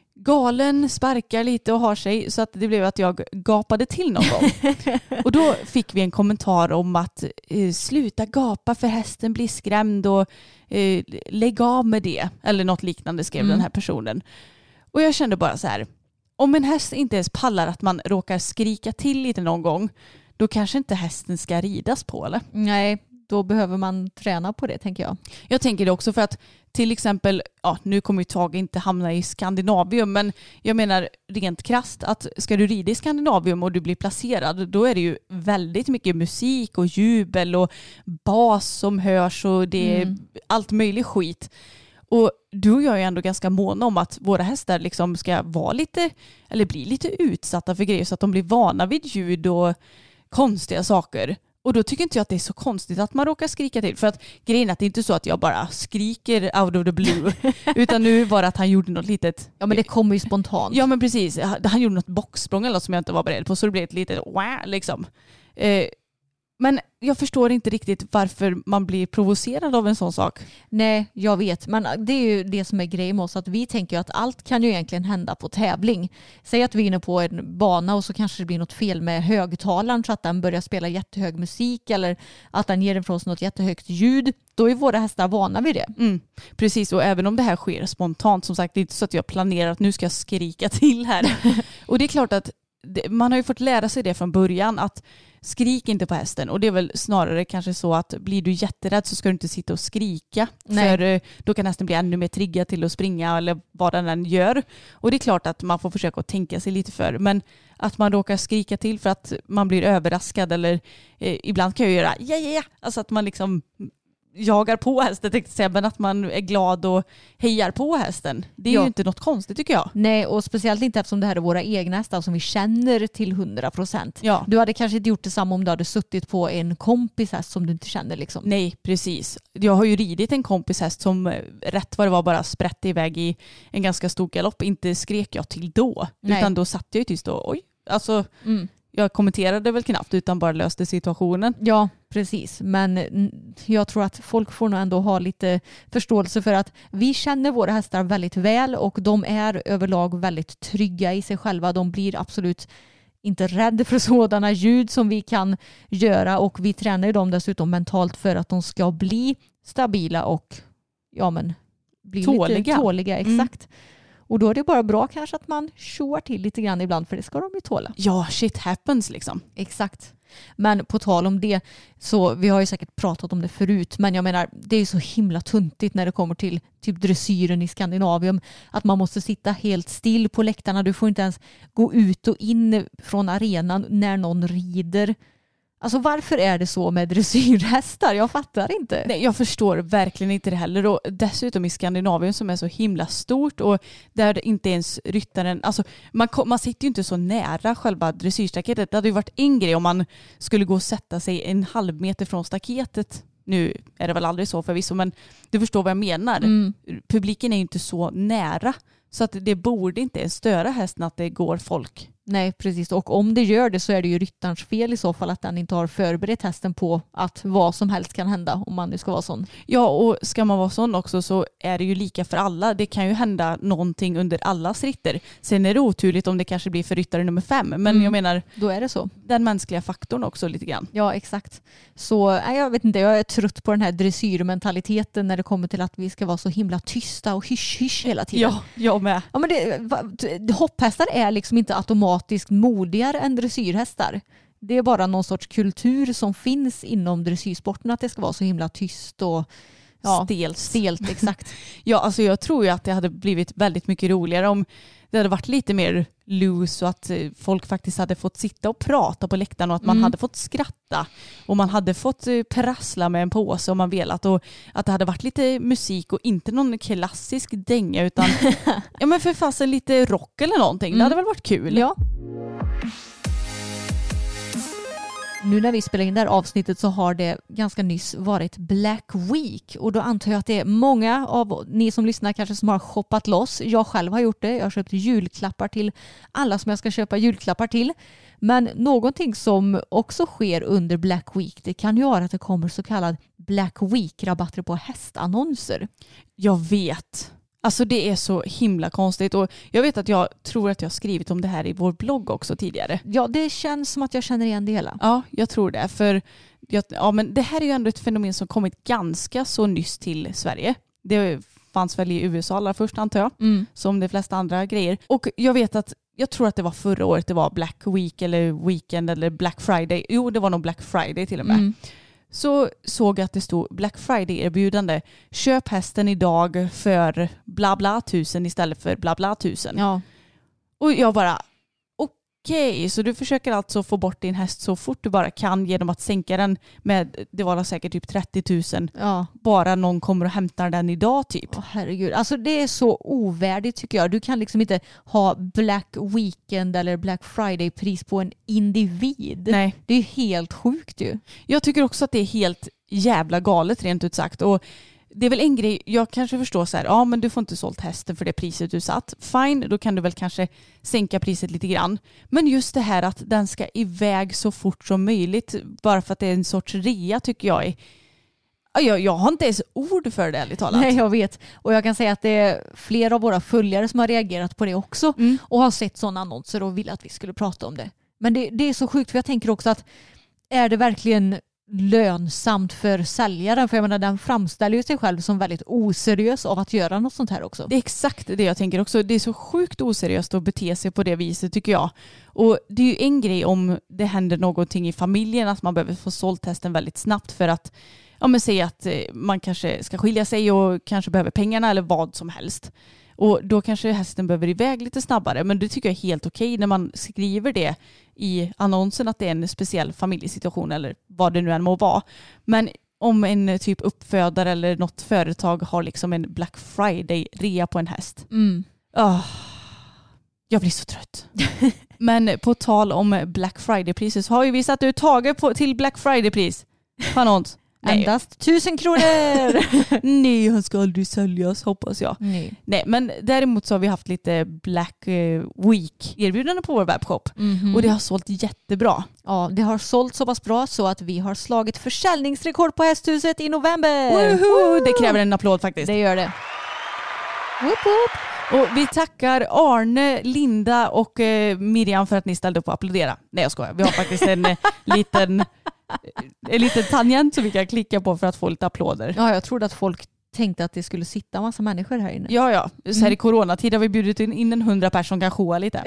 E: galen, sparkar lite och har sig så att det blev att jag gapade till någon gång. Och då fick vi en kommentar om att eh, sluta gapa för hästen blir skrämd och eh, lägg av med det. Eller något liknande skrev
F: Mm.
E: den här personen. Och jag kände bara så här, om en häst inte ens pallar att man råkar skrika till lite någon gång, då kanske inte hästen ska ridas på, eller?
F: Nej, då behöver man träna på det, tänker jag.
E: Jag tänker det också för att till exempel, ja, nu kommer ju Tage inte hamna i Skandinavium, men jag menar rent krasst att ska du rida i Skandinavium och du blir placerad, då är det ju väldigt mycket musik och jubel och bas som hörs och det är
F: Mm.
E: allt möjligt skit. Och du och jag är ändå ganska måna om att våra hästar liksom ska vara lite, eller bli lite utsatta för grejer så att de blir vana vid ljud och konstiga saker. Och då tycker inte jag att det är så konstigt att man råkar skrika till. För att grejen är att det är inte så att jag bara skriker out of the blue. Utan nu var det att han gjorde något litet...
F: Ja, men det kommer ju spontant.
E: Ja, men precis. Han gjorde något boxsprång eller något som jag inte var beredd på. Så det blev ett litet wah, liksom. Eh, men jag förstår inte riktigt varför man blir provocerad av en sån sak.
F: Nej, jag vet. Men det är ju det som är grejen med oss. Att vi tänker att allt kan ju egentligen hända på tävling. Säg att vi är inne på en bana och så kanske det blir något fel med högtalaren så att den börjar spela jättehög musik eller att den ger ifrån sig något jättehögt ljud. Då är våra hästar vana vid det.
E: Mm, precis, och även om det här sker spontant, som sagt, det är inte så att jag planerar att nu ska jag skrika till här. Och det är klart att det, man har ju fått lära sig det från början att skrik inte på hästen. Och det är väl snarare kanske så att blir du jätterädd så ska du inte sitta och skrika.
F: Nej.
E: För eh, då kan hästen bli ännu mer triggad till att springa eller vad den än gör. Och det är klart att man får försöka att tänka sig lite för. Men att man råkar skrika till för att man blir överraskad eller eh, ibland kan jag göra ja, ja, ja. Alltså att man liksom jagar på hästen, tänkte jag säga, men att man är glad och hejar på hästen. Det är
F: Ja.
E: ju inte något konstigt tycker jag.
F: Nej, och speciellt inte eftersom det här är våra egna hästar som vi känner till hundra procent.
E: Ja.
F: Du hade kanske inte gjort detsamma om du hade suttit på en kompis häst som du inte känner liksom.
E: Nej, precis. Jag har ju ridit en kompis häst som eh, rätt vad det var bara sprätte iväg i en ganska stor galopp. Inte skrek jag till då,
F: Nej.
E: utan då satt jag ju tyst och oj. Alltså,
F: Mm.
E: jag kommenterade väl knappt utan bara löste situationen.
F: Ja, precis. Men mm, jag tror att folk får nog ändå ha lite förståelse för att vi känner våra hästar väldigt väl och de är överlag väldigt trygga i sig själva. De blir absolut inte rädda för sådana ljud som vi kan göra och vi tränar ju dem dessutom mentalt för att de ska bli stabila och ja, men, bli
E: Tåliga.
F: lite tåliga.
E: Mm.
F: Exakt. Och då är det bara bra kanske att man tjoar till lite grann ibland för det ska de ju tåla.
E: Ja, shit happens liksom.
F: Exakt. Men på tal om det så vi har ju säkert pratat om det förut men jag menar det är ju så himla tuntigt när det kommer till typ dressyren i Skandinavium att man måste sitta helt still på läktarna. Du får inte ens gå ut och in från arenan när någon rider. Alltså varför är det så med dressyrhästar? Jag fattar inte.
E: Nej, jag förstår verkligen inte det heller. Och dessutom i Skandinavien som är så himla stort och där inte ens ryttaren... Alltså man, man sitter ju inte så nära själva dressyrstaketet. Det hade ju varit en grej om man skulle gå och sätta sig en halv meter från staketet. Nu är det väl aldrig så förvisso, men du förstår vad jag menar.
F: Mm.
E: Publiken är ju inte så nära. Så att det borde inte ens störa hästen att det går folk
F: Nej, precis. Och om det gör det så är det ju ryttarens fel i så fall att den inte har förberett hästen på att vad som helst kan hända om man nu ska vara sån.
E: Ja, och ska man vara sån också så är det ju lika för alla. Det kan ju hända någonting under allas ritter. Sen är det oturligt om det kanske blir för ryttare nummer fem. Men mm. jag menar,
F: då är det så.
E: Den mänskliga faktorn också lite grann.
F: Ja, exakt. Så nej, jag vet inte, jag är trött på den här dressyrmentaliteten när det kommer till att vi ska vara så himla tysta och hysch-hysch hela tiden.
E: Ja, jag med.
F: Ja, men det, hopphästar är liksom inte automatiskt modigare än dressyrhästar. Det är bara någon sorts kultur som finns inom dressyrsporten att det ska vara så himla tyst och ja,
E: stelt.
F: stelt exakt.
E: Ja, alltså jag tror ju att det hade blivit väldigt mycket roligare om det hade varit lite mer loose och att folk faktiskt hade fått sitta och prata på läktaren och att man mm. hade fått skratta och man hade fått prassla med en påse om man velat och att det hade varit lite musik och inte någon klassisk dänga utan ja men för fasen lite rock eller någonting. Mm. Det hade väl varit kul.
F: Ja. Nu när vi spelar in det här avsnittet så har det ganska nyss varit Black Week och då antar jag att det är många av ni som lyssnar kanske som har shoppat loss. Jag själv har gjort det. Jag har köpt julklappar till alla som jag ska köpa julklappar till. Men någonting som också sker under Black Week, det kan ju vara att det kommer så kallad Black Week-rabatter på hästannonser.
E: Jag vet. Alltså det är så himla konstigt och jag vet att jag tror att jag har skrivit om det här i vår blogg också tidigare.
F: Ja, det känns som att jag känner igen det hela.
E: Ja, jag tror det. För jag, ja, men det här är ju ändå ett fenomen som kommit ganska så nyss till Sverige. Det fanns väl i U S A allra först antar jag, mm. som de flesta andra grejer. Och jag vet att jag tror att det var förra året det var Black Week eller Weekend eller Black Friday. Jo, det var nog Black Friday till och med. Mm. Så såg jag att det stod Black Friday-erbjudande. Köp hästen idag för bla bla tusen istället för bla bla tusen.
F: Ja.
E: Och jag bara, okej, okay, så du försöker alltså få bort din häst så fort du bara kan genom att sänka den med, det var säkert typ trettio tusen.
F: Ja.
E: Bara någon kommer och hämtar den idag typ.
F: Åh, herregud, alltså det är så ovärdigt tycker jag. Du kan liksom inte ha Black Weekend eller Black Friday-pris på en individ.
E: Nej.
F: Det är helt sjukt ju.
E: Jag tycker också att det är helt jävla galet rent ut sagt och det är väl en grej, jag kanske förstår så här, ja men du får inte sålt hästen för det priset du satt. Fine, då kan du väl kanske sänka priset lite grann. Men just det här att den ska iväg så fort som möjligt bara för att det är en sorts rea tycker jag är... Jag, jag har inte ens ord för det ärligt talat.
F: Nej, jag vet. Och jag kan säga att det är flera av våra följare som har reagerat på det också mm. och har sett sådana annonser och vill att vi skulle prata om det. Men det, det är så sjukt för jag tänker också att är det verkligen lönsamt för säljaren? För jag menar, den framställer ju sig själv som väldigt oseriös av att göra något sånt här också.
E: Det är exakt det jag tänker också. Det är så sjukt oseriöst att bete sig på det viset tycker jag. Och det är ju en grej om det händer någonting i familjen att man behöver få sålt hästen väldigt snabbt för att ja, men säga att man kanske ska skilja sig och kanske behöver pengarna eller vad som helst. Och då kanske hästen behöver iväg lite snabbare. Men det tycker jag är helt okej när man skriver det i annonsen att det är en speciell familjesituation eller vad det nu än må vara. Men om en typ uppfödare eller något företag har liksom en Black Friday-rea på en häst.
F: Mm.
E: Oh, jag blir så trött. Men på tal om Black Friday-priset så har ju vi satt ut taget på, till Black Friday-pris på annons.
F: Nej. Endast tusen kronor.
E: Nej, han ska aldrig säljas, hoppas jag.
F: Nej.
E: Nej, men däremot så har vi haft lite Black Week erbjudande på vår webbshop.
F: Mm-hmm.
E: Och det har sålt jättebra.
F: Ja, det har sålt så pass bra så att vi har slagit försäljningsrekord på Hästhuset i november.
E: Woho! Det kräver en applåd faktiskt.
F: Det gör det. Woop woop.
E: Och vi tackar Arne, Linda och eh, Miriam för att ni ställde upp och applådera. Nej, jag skojar. Vi har faktiskt en eh, liten... en liten tangent som vi kan klicka på för att få lite applåder.
F: Ja, jag trodde att folk tänkte att det skulle sitta en massa människor här inne.
E: Ja, ja. Så här mm. i coronatid har vi bjudit in, in en hundra personer som kan showa lite.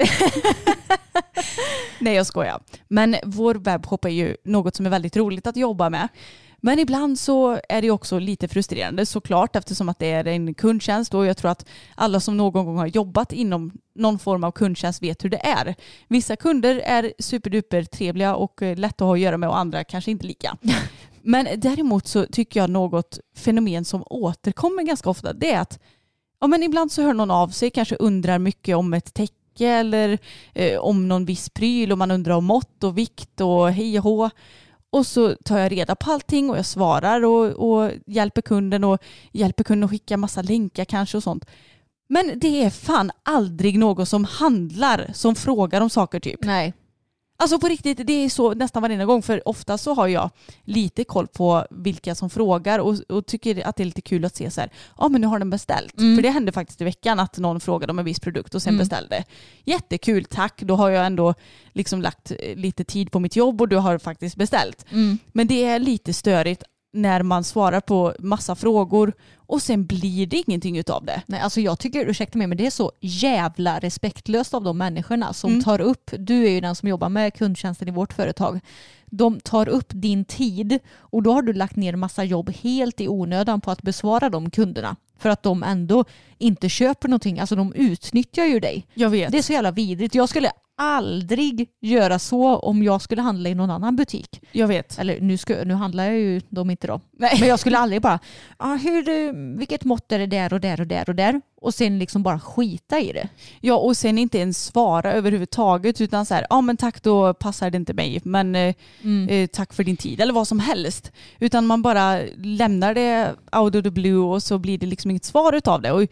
E: Nej, jag skojar. Men vår webbshop är ju något som är väldigt roligt att jobba med. Men ibland så är det också lite frustrerande såklart eftersom att det är en kundtjänst och jag tror att alla som någon gång har jobbat inom någon form av kundtjänst vet hur det är. Vissa kunder är superduper trevliga och lätt att ha att göra med och andra kanske inte lika. Men däremot så tycker jag något fenomen som återkommer ganska ofta det är att ja, men ibland så hör någon av sig, kanske undrar mycket om ett täcke eller eh, om någon viss pryl och man undrar om mått och vikt och hej och hå. Och så tar jag reda på allting och jag svarar och, och hjälper kunden och hjälper kunden att skicka massa länkar kanske och sånt. Men det är fan aldrig någon som handlar som frågar om saker typ.
F: Nej.
E: Alltså på riktigt, det är så nästan varenda gång. För ofta så har jag lite koll på vilka som frågar och, och tycker att det är lite kul att se så här. Ja, men nu har den beställt. Mm. För det hände faktiskt i veckan att någon frågade om en viss produkt och sen mm. beställde. Jättekul, tack. Då har jag ändå liksom lagt lite tid på mitt jobb och du har faktiskt beställt. Mm. Men det är lite störigt när man svarar på massa frågor och sen blir det ingenting utav det.
F: Nej, alltså jag tycker, ursäkta mig, men det är så jävla respektlöst av de människorna som
E: Mm.
F: tar upp, du är ju den som jobbar med kundtjänsten i vårt företag, de tar upp din tid och då har du lagt ner massa jobb helt i onödan på att besvara de kunderna. För att de ändå inte köper någonting. Alltså de utnyttjar ju dig.
E: Jag vet.
F: Det är så jävla vidrigt. Jag skulle aldrig göra så om jag skulle handla i någon annan butik.
E: Jag vet.
F: Eller nu, ska, nu handlar jag ju dem inte då.
E: Nej.
F: Men jag skulle aldrig bara, ah, hur, vilket mått är det där och där och där och där. Och sen liksom bara skita i det.
E: Ja, och sen inte ens svara överhuvudtaget utan så här, ja men tack, då passar det inte mig, men eh,
F: Mm.
E: eh, tack för din tid eller vad som helst. Utan man bara lämnar det out of the blue och så blir det liksom inget svar utav det. Och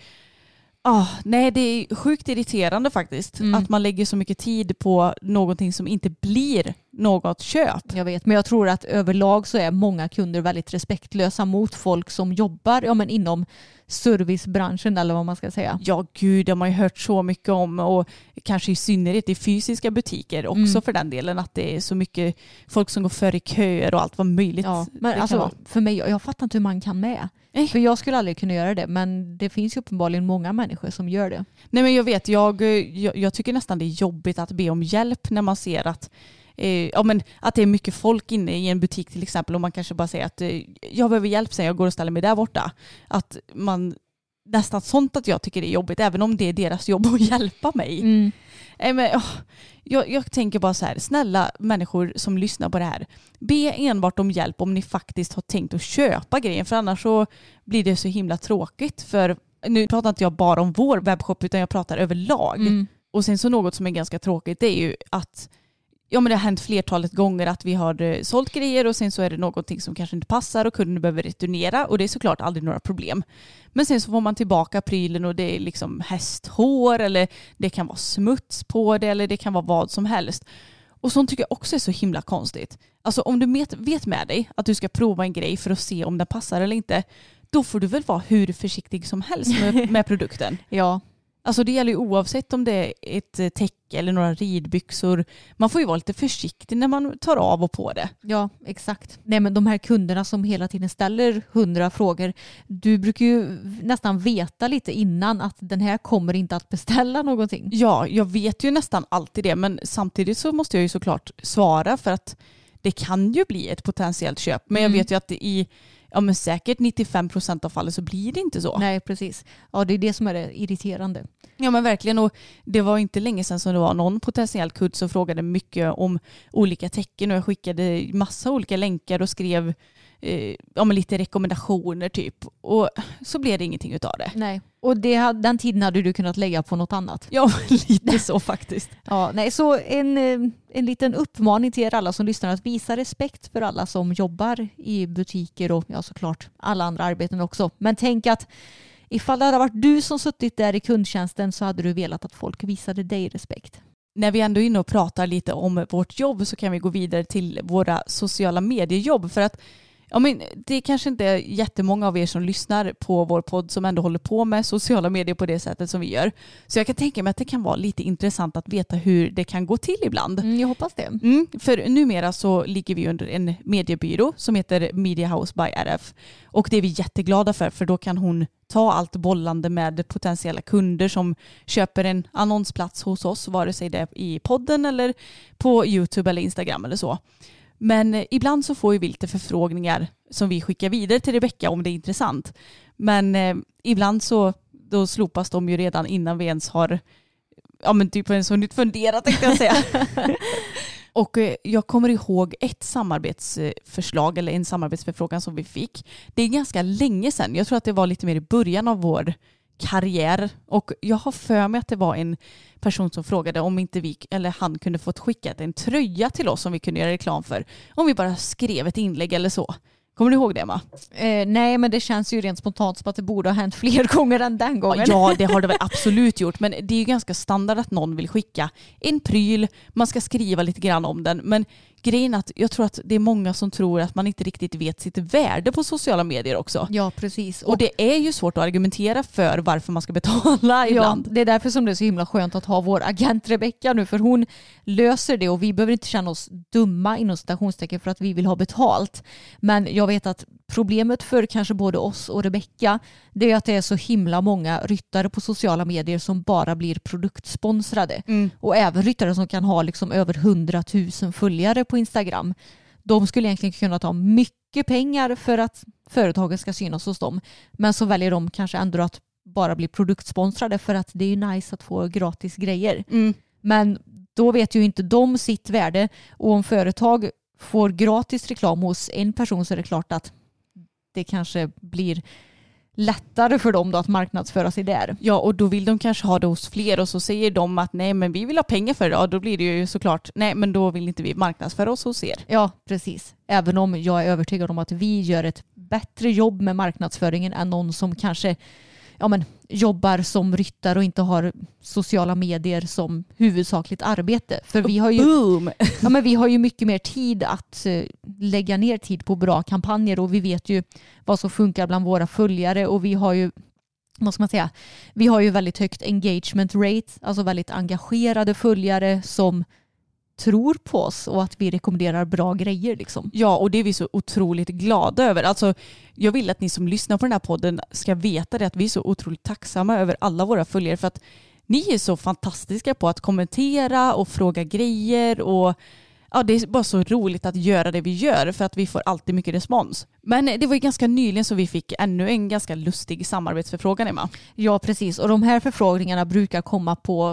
E: ah, nej, det är sjukt irriterande faktiskt
F: Mm.
E: att man lägger så mycket tid på någonting som inte blir något köp.
F: Jag vet, men jag tror att överlag så är många kunder väldigt respektlösa mot folk som jobbar ja, men inom servicebranschen eller vad man ska säga.
E: Ja gud, det har man ju hört så mycket om och kanske i synnerhet i fysiska butiker också
F: Mm.
E: för den delen, att det är så mycket folk som går före i köer och allt vad möjligt.
F: Ja, men
E: det
F: alltså,
E: kan vara.
F: för mig, jag fattar inte hur man kan med.
E: Nej.
F: För jag skulle aldrig kunna göra det, men det finns ju uppenbarligen många människor som gör det.
E: Nej men jag vet, jag, jag, jag tycker nästan det är jobbigt att be om hjälp när man ser att eh, ja, men att det är mycket folk inne i en butik till exempel och man kanske bara säger att eh, jag behöver hjälp sen jag går och ställer mig där borta. Att man nästan sånt att jag tycker det är jobbigt även om det är deras jobb att hjälpa mig.
F: Mm.
E: Nej, men, oh, jag, jag tänker bara så här, snälla människor som lyssnar på det här, be enbart om hjälp om ni faktiskt har tänkt att köpa grejen, för annars så blir det så himla tråkigt. För nu pratar inte jag bara om vår webbshop utan jag pratar överlag.
F: Mm.
E: Och sen så något som är ganska tråkigt, det är ju att ja, men det har hänt flertalet gånger att vi har eh, sålt grejer och sen så är det någonting som kanske inte passar och kunden behöver returnera och det är såklart aldrig några problem. Men sen så får man tillbaka prylen och det är liksom hästhår eller det kan vara smuts på det eller det kan vara vad som helst. Och sånt tycker jag också är så himla konstigt. Alltså om du vet med dig att du ska prova en grej för att se om den passar eller inte, då får du väl vara hur försiktig som helst med, med produkten.
F: Ja.
E: Alltså det gäller ju oavsett om det är ett täcke eller några ridbyxor. Man får ju vara lite försiktig när man tar av och på det.
F: Ja, exakt. Nej, men de här kunderna som hela tiden ställer hundra frågor, du brukar ju nästan veta lite innan att den här kommer inte att beställa någonting.
E: Ja, jag vet ju nästan alltid det, men samtidigt så måste jag ju såklart svara för att det kan ju bli ett potentiellt köp. Men jag
F: Mm.
E: vet ju att det i ja, men säkert nittiofem procent av fallet så blir det inte så.
F: Nej, precis. Ja, det är det som är det irriterande.
E: Ja men verkligen, och det var inte länge sedan som det var någon potentiell kund som frågade mycket om olika tecken och jag skickade massa olika länkar och skrev eh, ja, men lite rekommendationer typ och så blev det ingenting utav det.
F: Nej, och det, den tiden hade du kunnat lägga på något annat.
E: Ja, lite så faktiskt.
F: Ja, nej, så en, en liten uppmaning till er alla som lyssnar att visa respekt för alla som jobbar i butiker och ja, såklart alla andra arbeten också. Men tänk att ifall det hade varit du som suttit där i kundtjänsten så hade du velat att folk visade dig respekt.
E: När vi ändå är inne och pratar lite om vårt jobb så kan vi gå vidare till våra sociala mediejobb för att ja, men det är kanske inte jättemånga av er som lyssnar på vår podd som ändå håller på med sociala medier på det sättet som vi gör. Så jag kan tänka mig att det kan vara lite intressant att veta hur det kan gå till ibland.
F: Mm, jag hoppas det.
E: Mm, för numera så ligger vi under en mediebyrå som heter Media House by R F. Och det är vi jätteglada för, för då kan hon ta allt bollande med potentiella kunder som köper en annonsplats hos oss, vare sig det är i podden eller på YouTube eller Instagram eller så. Men ibland så får vi lite förfrågningar som vi skickar vidare till Rebecka om det är intressant. Men eh, ibland så då slopas de ju redan innan vi ens har ja men typ ens hunnit fundera tänkte jag säga. Och eh, jag kommer ihåg ett samarbetsförslag eller en samarbetsförfrågan som vi fick. Det är ganska länge sedan. Jag tror att det var lite mer i början av vår karriär och jag har för mig att det var en person som frågade om inte vi eller han kunde fått skicka en tröja till oss som vi kunde göra reklam för om vi bara skrev ett inlägg eller så. Kommer du ihåg det, Ma?
F: Eh, nej, men det känns ju rent spontant som att det borde ha hänt fler gånger än den gången.
E: Ja, det har det väl absolut gjort. Men det är ju ganska standard att någon vill skicka en pryl. Man ska skriva lite grann om den. Men grejen är att jag tror att det är många som tror att man inte riktigt vet sitt värde på sociala medier också.
F: Ja, precis.
E: Och, och det är ju svårt att argumentera för varför man ska betala ibland.
F: Ja, det är därför som det är så himla skönt att ha vår agent Rebecka nu. För hon löser det och vi behöver inte känna oss dumma inom citationstecken för att vi vill ha betalt. Men jag vet att problemet för kanske både oss och Rebecka, det är att det är så himla många ryttare på sociala medier som bara blir produktsponsrade. Mm. Och även ryttare som kan ha liksom över hundratusen följare på Instagram. De skulle egentligen kunna ta mycket pengar för att företagen ska synas hos dem. Men så väljer de kanske ändå att bara bli produktsponsrade för att det är ju nice att få gratis grejer. Mm. Men då vet ju inte de sitt värde. Och om företag får gratis reklam hos en person så är det klart att det kanske blir lättare för dem då att marknadsföra sig där.
E: Ja, och då vill de kanske ha det hos fler och så säger de att nej, men vi vill ha pengar för det. Och då blir det ju såklart, nej, men då vill inte vi marknadsföra oss hos er.
F: Ja, precis. Även om jag är övertygad om att vi gör ett bättre jobb med marknadsföringen än någon som kanske ja, men, jobbar som ryttare och inte har sociala medier som huvudsakligt arbete. För vi har ju,
E: Boom!
F: ja, men vi har ju mycket mer tid att uh, lägga ner tid på bra kampanjer och vi vet ju vad som funkar bland våra följare och vi har ju vad ska man säga, vi har ju väldigt högt engagement rate, alltså väldigt engagerade följare som tror på oss och att vi rekommenderar bra grejer liksom.
E: Ja, och det är vi så otroligt glada över. Alltså, jag vill att ni som lyssnar på den här podden ska veta det, att vi är så otroligt tacksamma över alla våra följare för att ni är så fantastiska på att kommentera och fråga grejer och ja, det är bara så roligt att göra det vi gör för att vi får alltid mycket respons. Men det var ju ganska nyligen så vi fick ännu en ganska lustig samarbetsförfrågan, Emma.
F: Ja, precis. Och de här förfrågningarna brukar komma på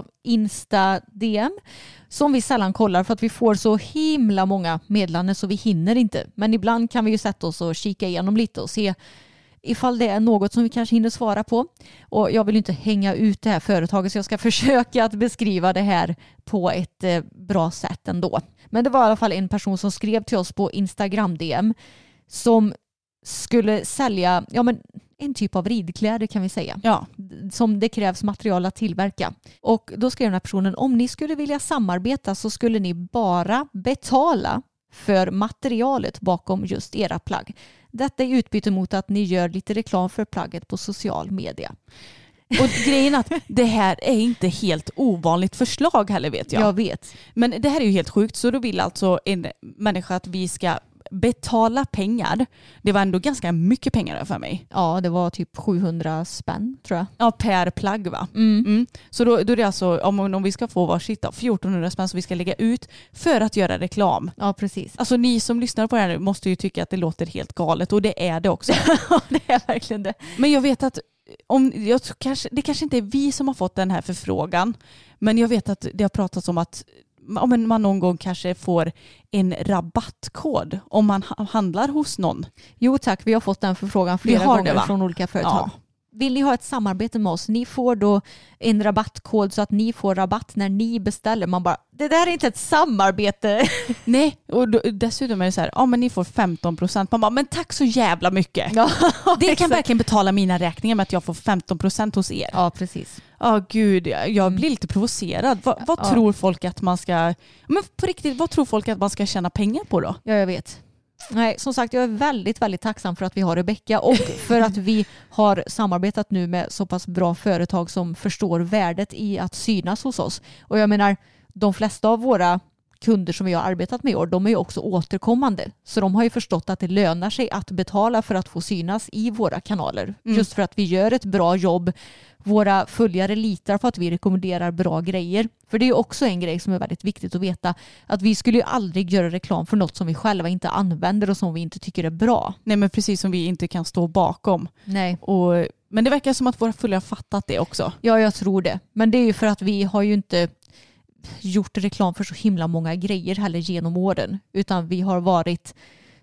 F: Insta-D M som vi sällan kollar för att vi får så himla många meddelanden så vi hinner inte. Men ibland kan vi ju sätta oss och kika igenom lite och se ifall det är något som vi kanske hinner svara på. Och jag vill inte hänga ut det här företaget så jag ska försöka att beskriva det här på ett eh, bra sätt ändå. Men det var i alla fall en person som skrev till oss på Instagram-D M som skulle sälja ja, men en typ av ridkläder kan vi säga.
E: Ja.
F: Som det krävs material att tillverka. Och då skrev den här personen, om ni skulle vilja samarbeta så skulle ni bara betala för materialet bakom just era plagg. Detta är utbyte mot att ni gör lite reklam för plagget på social media.
E: Och grejen är att det här är inte helt ovanligt förslag heller vet jag.
F: Jag vet.
E: Men det här är ju helt sjukt så då vill alltså en människa att vi ska betala pengar. Det var ändå ganska mycket pengar för mig.
F: Ja, det var typ sjuhundra spänn tror jag.
E: Ja, per plagg va?
F: Mm.
E: Mm. Så då, då är det alltså, om, om vi ska få varsitt då, fjortonhundra spänn som vi ska lägga ut för att göra reklam.
F: Ja, precis.
E: Alltså ni som lyssnar på det här nu måste ju tycka att det låter helt galet och det är det också.
F: Ja, det är verkligen det.
E: Men jag vet att om, jag tror kanske, det kanske inte är vi som har fått den här förfrågan men jag vet att det har pratats om att om man någon gång kanske får en rabattkod om man handlar hos någon.
F: Jo tack, vi har fått den förfrågan flera gånger det, från olika företag.
E: Ja.
F: Vill ni ha ett samarbete med oss? Ni får då en rabattkod så att ni får rabatt när ni beställer. Man bara, det där är inte ett samarbete.
E: Nej, och då, dessutom är det så här, ja men ni får femton procent. Man bara, men tack så jävla mycket.
F: Ja,
E: det
F: exakt.
E: kan verkligen betala mina räkningar med att jag får femton procent hos er.
F: Ja, precis.
E: Ja, oh, gud, jag blir lite provocerad. Va, vad ja. tror folk att man ska, men på riktigt, vad tror folk att man ska tjäna pengar på då?
F: Ja, jag vet. Nej, som sagt, jag är väldigt, väldigt tacksam för att vi har Rebecka och för att vi har samarbetat nu med så pass bra företag som förstår värdet i att synas hos oss. Och jag menar, de flesta av våra kunder som vi har arbetat med i år, de är ju också återkommande. Så de har ju förstått att det lönar sig att betala för att få synas i våra kanaler. Mm. Just för att vi gör ett bra jobb. Våra följare litar på att vi rekommenderar bra grejer. För det är ju också en grej som är väldigt viktigt att veta. Att vi skulle ju aldrig göra reklam för något som vi själva inte använder och som vi inte tycker är bra.
E: Nej, men precis som vi inte kan stå bakom.
F: Nej.
E: Och, men det verkar som att våra följare har fattat det också.
F: Ja, jag tror det. Men det är ju för att vi har ju inte gjort reklam för så himla många grejer heller genom åren. Utan vi har varit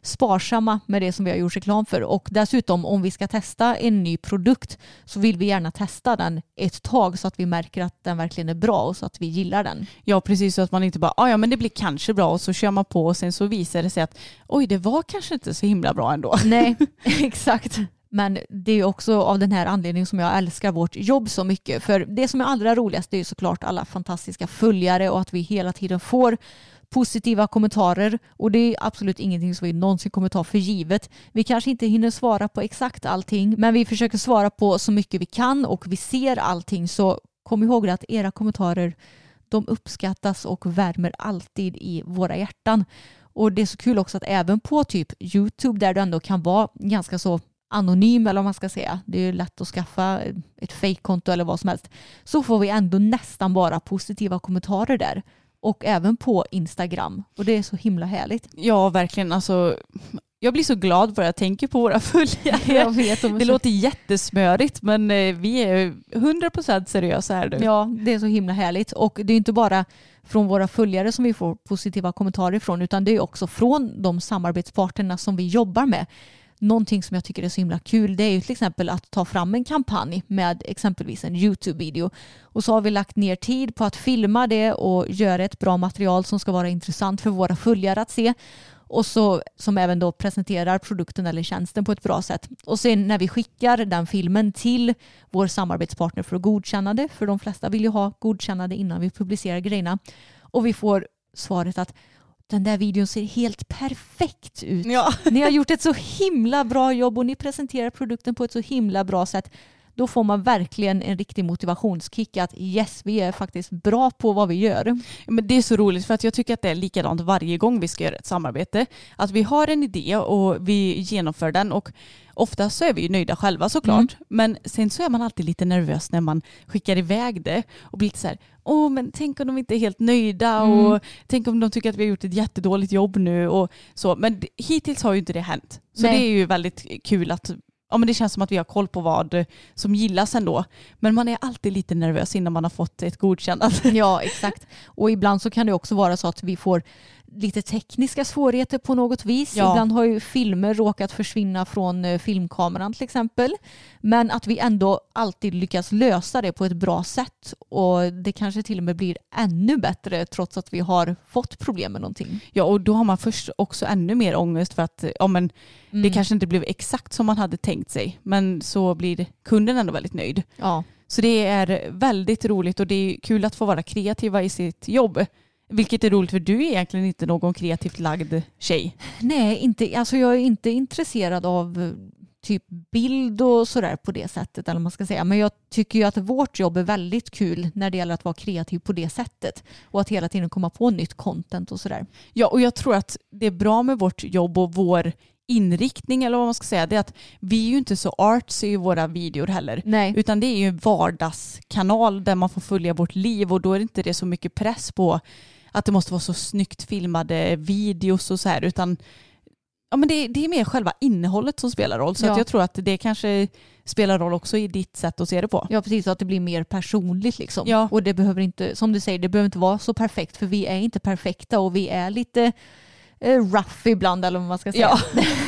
F: sparsamma med det som vi har gjort reklam för. Och dessutom om vi ska testa en ny produkt så vill vi gärna testa den ett tag så att vi märker att den verkligen är bra och så att vi gillar den.
E: Ja, precis, så att man inte bara, ah, ja men det blir kanske bra och så kör man på och sen så visar det sig att oj, det var kanske inte så himla bra ändå.
F: Nej, exakt. Men det är också av den här anledningen som jag älskar vårt jobb så mycket. För det som är allra roligast är ju såklart alla fantastiska följare och att vi hela tiden får positiva kommentarer. Och det är absolut ingenting som vi någonsin kommer ta för givet. Vi kanske inte hinner svara på exakt allting, men vi försöker svara på så mycket vi kan och vi ser allting. Så kom ihåg att era kommentarer, de uppskattas och värmer alltid i våra hjärtan. Och det är så kul också att även på typ YouTube där du ändå kan vara ganska så anonym eller vad man ska säga. Det är ju lätt att skaffa ett fake-konto eller vad som helst. Så får vi ändå nästan bara positiva kommentarer där. Och även på Instagram. Och det är så himla härligt.
E: Ja, verkligen. Alltså, jag blir så glad vad jag tänker på våra följare.
F: Jag vet, de
E: det
F: så...
E: låter jättesmörigt men vi är hundra procent seriösa här nu.
F: Ja, det är så himla härligt. Och det är inte bara från våra följare som vi får positiva kommentarer från utan det är också från de samarbetspartnerna som vi jobbar med. Någonting som jag tycker är så himla kul det är ju till exempel att ta fram en kampanj med exempelvis en YouTube-video. Och så har vi lagt ner tid på att filma det och göra ett bra material som ska vara intressant för våra följare att se. Och så som även då presenterar produkten eller tjänsten på ett bra sätt. Och sen när vi skickar den filmen till vår samarbetspartner för att godkänna det, för de flesta vill ju ha godkännande innan vi publicerar grejerna. Och vi får svaret att den där videon ser helt perfekt ut.
E: Ja.
F: Ni har gjort ett så himla bra jobb och ni presenterar produkten på ett så himla bra sätt. Då får man verkligen en riktig motivationskick att yes, vi är faktiskt bra på vad vi gör.
E: Men det är så roligt för att jag tycker att det är likadant varje gång vi ska göra ett samarbete. Att vi har en idé och vi genomför den och ofta så är vi ju nöjda själva såklart. Mm. Men sen så är man alltid lite nervös när man skickar iväg det och blir lite så här, åh men tänk om de inte är helt nöjda mm. och tänk om de tycker att vi har gjort ett jättedåligt jobb nu och så. Men hittills har ju inte det hänt. Så Nej. Det är ju väldigt kul att ja, men det känns som att vi har koll på vad som gillas ändå. Men man är alltid lite nervös innan man har fått ett godkännande.
F: Ja, exakt. Och ibland så kan det också vara så att vi får lite tekniska svårigheter på något vis. Ja. Ibland har ju filmer råkat försvinna från filmkameran till exempel. Men att vi ändå alltid lyckas lösa det på ett bra sätt. Och det kanske till och med blir ännu bättre trots att vi har fått problem med någonting.
E: Ja, och då har man först också ännu mer ångest för att ja, men mm. det kanske inte blev exakt som man hade tänkt sig. Men så blir kunden ändå väldigt nöjd.
F: Ja.
E: Så det är väldigt roligt och det är kul att få vara kreativa i sitt jobb. Vilket är roligt för du är egentligen inte någon kreativt lagd tjej.
F: Nej, inte, alltså jag är inte intresserad av typ bild och sådär på det sättet eller man ska säga. Men jag tycker ju att vårt jobb är väldigt kul när det gäller att vara kreativ på det sättet. Och att hela tiden komma på nytt content och sådär.
E: Ja, och jag tror att det är bra med vårt jobb och vår inriktning eller vad man ska säga. Det är att vi är ju inte så artsy i våra videor heller.
F: Nej.
E: Utan det är ju en vardagskanal där man får följa vårt liv och då är det inte det så mycket press på att det måste vara så snyggt filmade videos och så här utan ja, men det, det är mer själva innehållet som spelar roll så
F: ja.
E: att jag tror att det kanske spelar roll också i ditt sätt att se det på.
F: Ja, precis, så att det blir mer personligt liksom.
E: Ja.
F: Och det behöver inte, som du säger, det behöver inte vara så perfekt för vi är inte perfekta och vi är lite eh, rough ibland eller vad man ska säga.
E: Ja.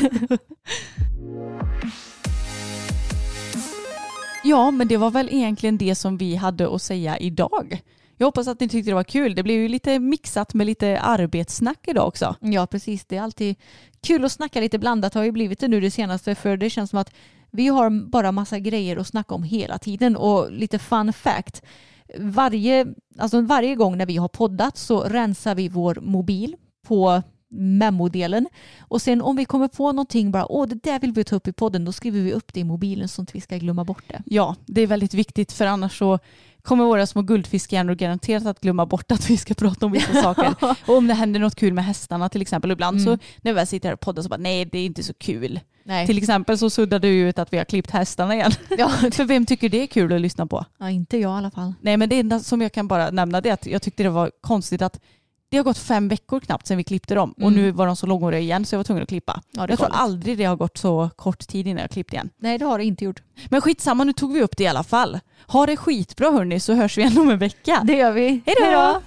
E: Ja, men det var väl egentligen det som vi hade att säga idag. Jag hoppas att ni tyckte det var kul. Det blev ju lite mixat med lite arbetssnack idag också.
F: Ja, precis. Det är alltid kul att snacka lite blandat. Har ju blivit det nu det senaste för det känns som att vi har bara massa grejer att snacka om hela tiden. Och lite fun fact. Varje, alltså varje gång när vi har poddat så rensar vi vår mobil på memodelen. Och sen om vi kommer på någonting bara, åh det där vill vi ta upp i podden, då skriver vi upp det i mobilen så att vi ska glömma bort det.
E: Ja, det är väldigt viktigt för annars så kommer våra små guldfiskhjärnor garanterat att glömma bort att vi ska prata om vissa saker. Och om det händer något kul med hästarna till exempel ibland mm. så när vi sitter här och poddar så bara nej det är inte så kul.
F: Nej.
E: Till exempel så suddar du ut att vi har klippt hästarna igen. Ja. För vem tycker det är kul att lyssna på?
F: Ja, inte jag i alla fall.
E: Nej, men det enda som jag kan bara nämna det är att jag tyckte det var konstigt att det har gått fem veckor knappt sedan vi klippte dem. Mm. Och nu var de så långhåriga igen så jag var tvungen att klippa. Ja, jag tror aldrig det har gått så kort tid innan jag klippt igen.
F: Nej, det har det inte gjort.
E: Men skitsamma, nu tog vi upp det i alla fall. Ha det skitbra hörni, så hörs vi igen om en vecka.
F: Det gör vi.
E: Hej då!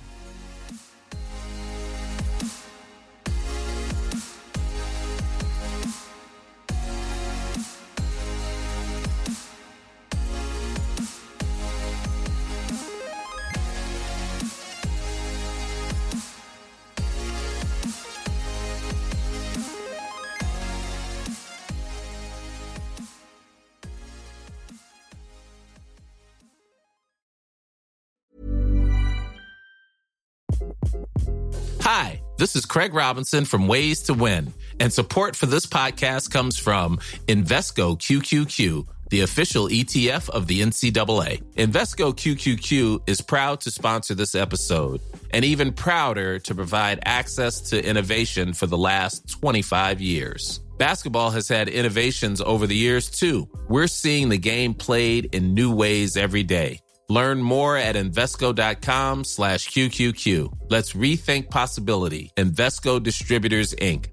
H: Hi, this is Craig Robinson from Ways to Win, and support for this podcast comes from Invesco Q Q Q, the official E T F of the N C double A. Invesco Q Q Q is proud to sponsor this episode, and even prouder to provide access to innovation for the last twenty-five years. Basketball has had innovations over the years, too. We're seeing the game played in new ways every day. Learn more at Invesco.com slash QQQ. Let's rethink possibility. Invesco Distributors, Incorporated.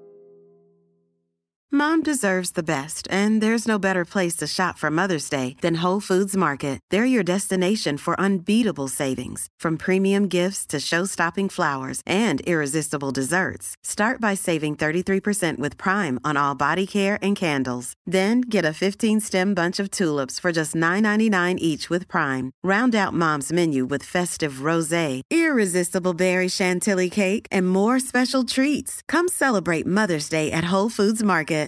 G: Mom deserves the best, and there's no better place to shop for Mother's Day than Whole Foods Market. They're your destination for unbeatable savings, from premium gifts to show-stopping flowers and irresistible desserts. Start by saving thirty-three percent with Prime on all body care and candles. Then get a fifteen-stem bunch of tulips for just nine ninety-nine each with Prime. Round out Mom's menu with festive rosé, irresistible berry chantilly cake, and more special treats. Come celebrate Mother's Day at Whole Foods Market.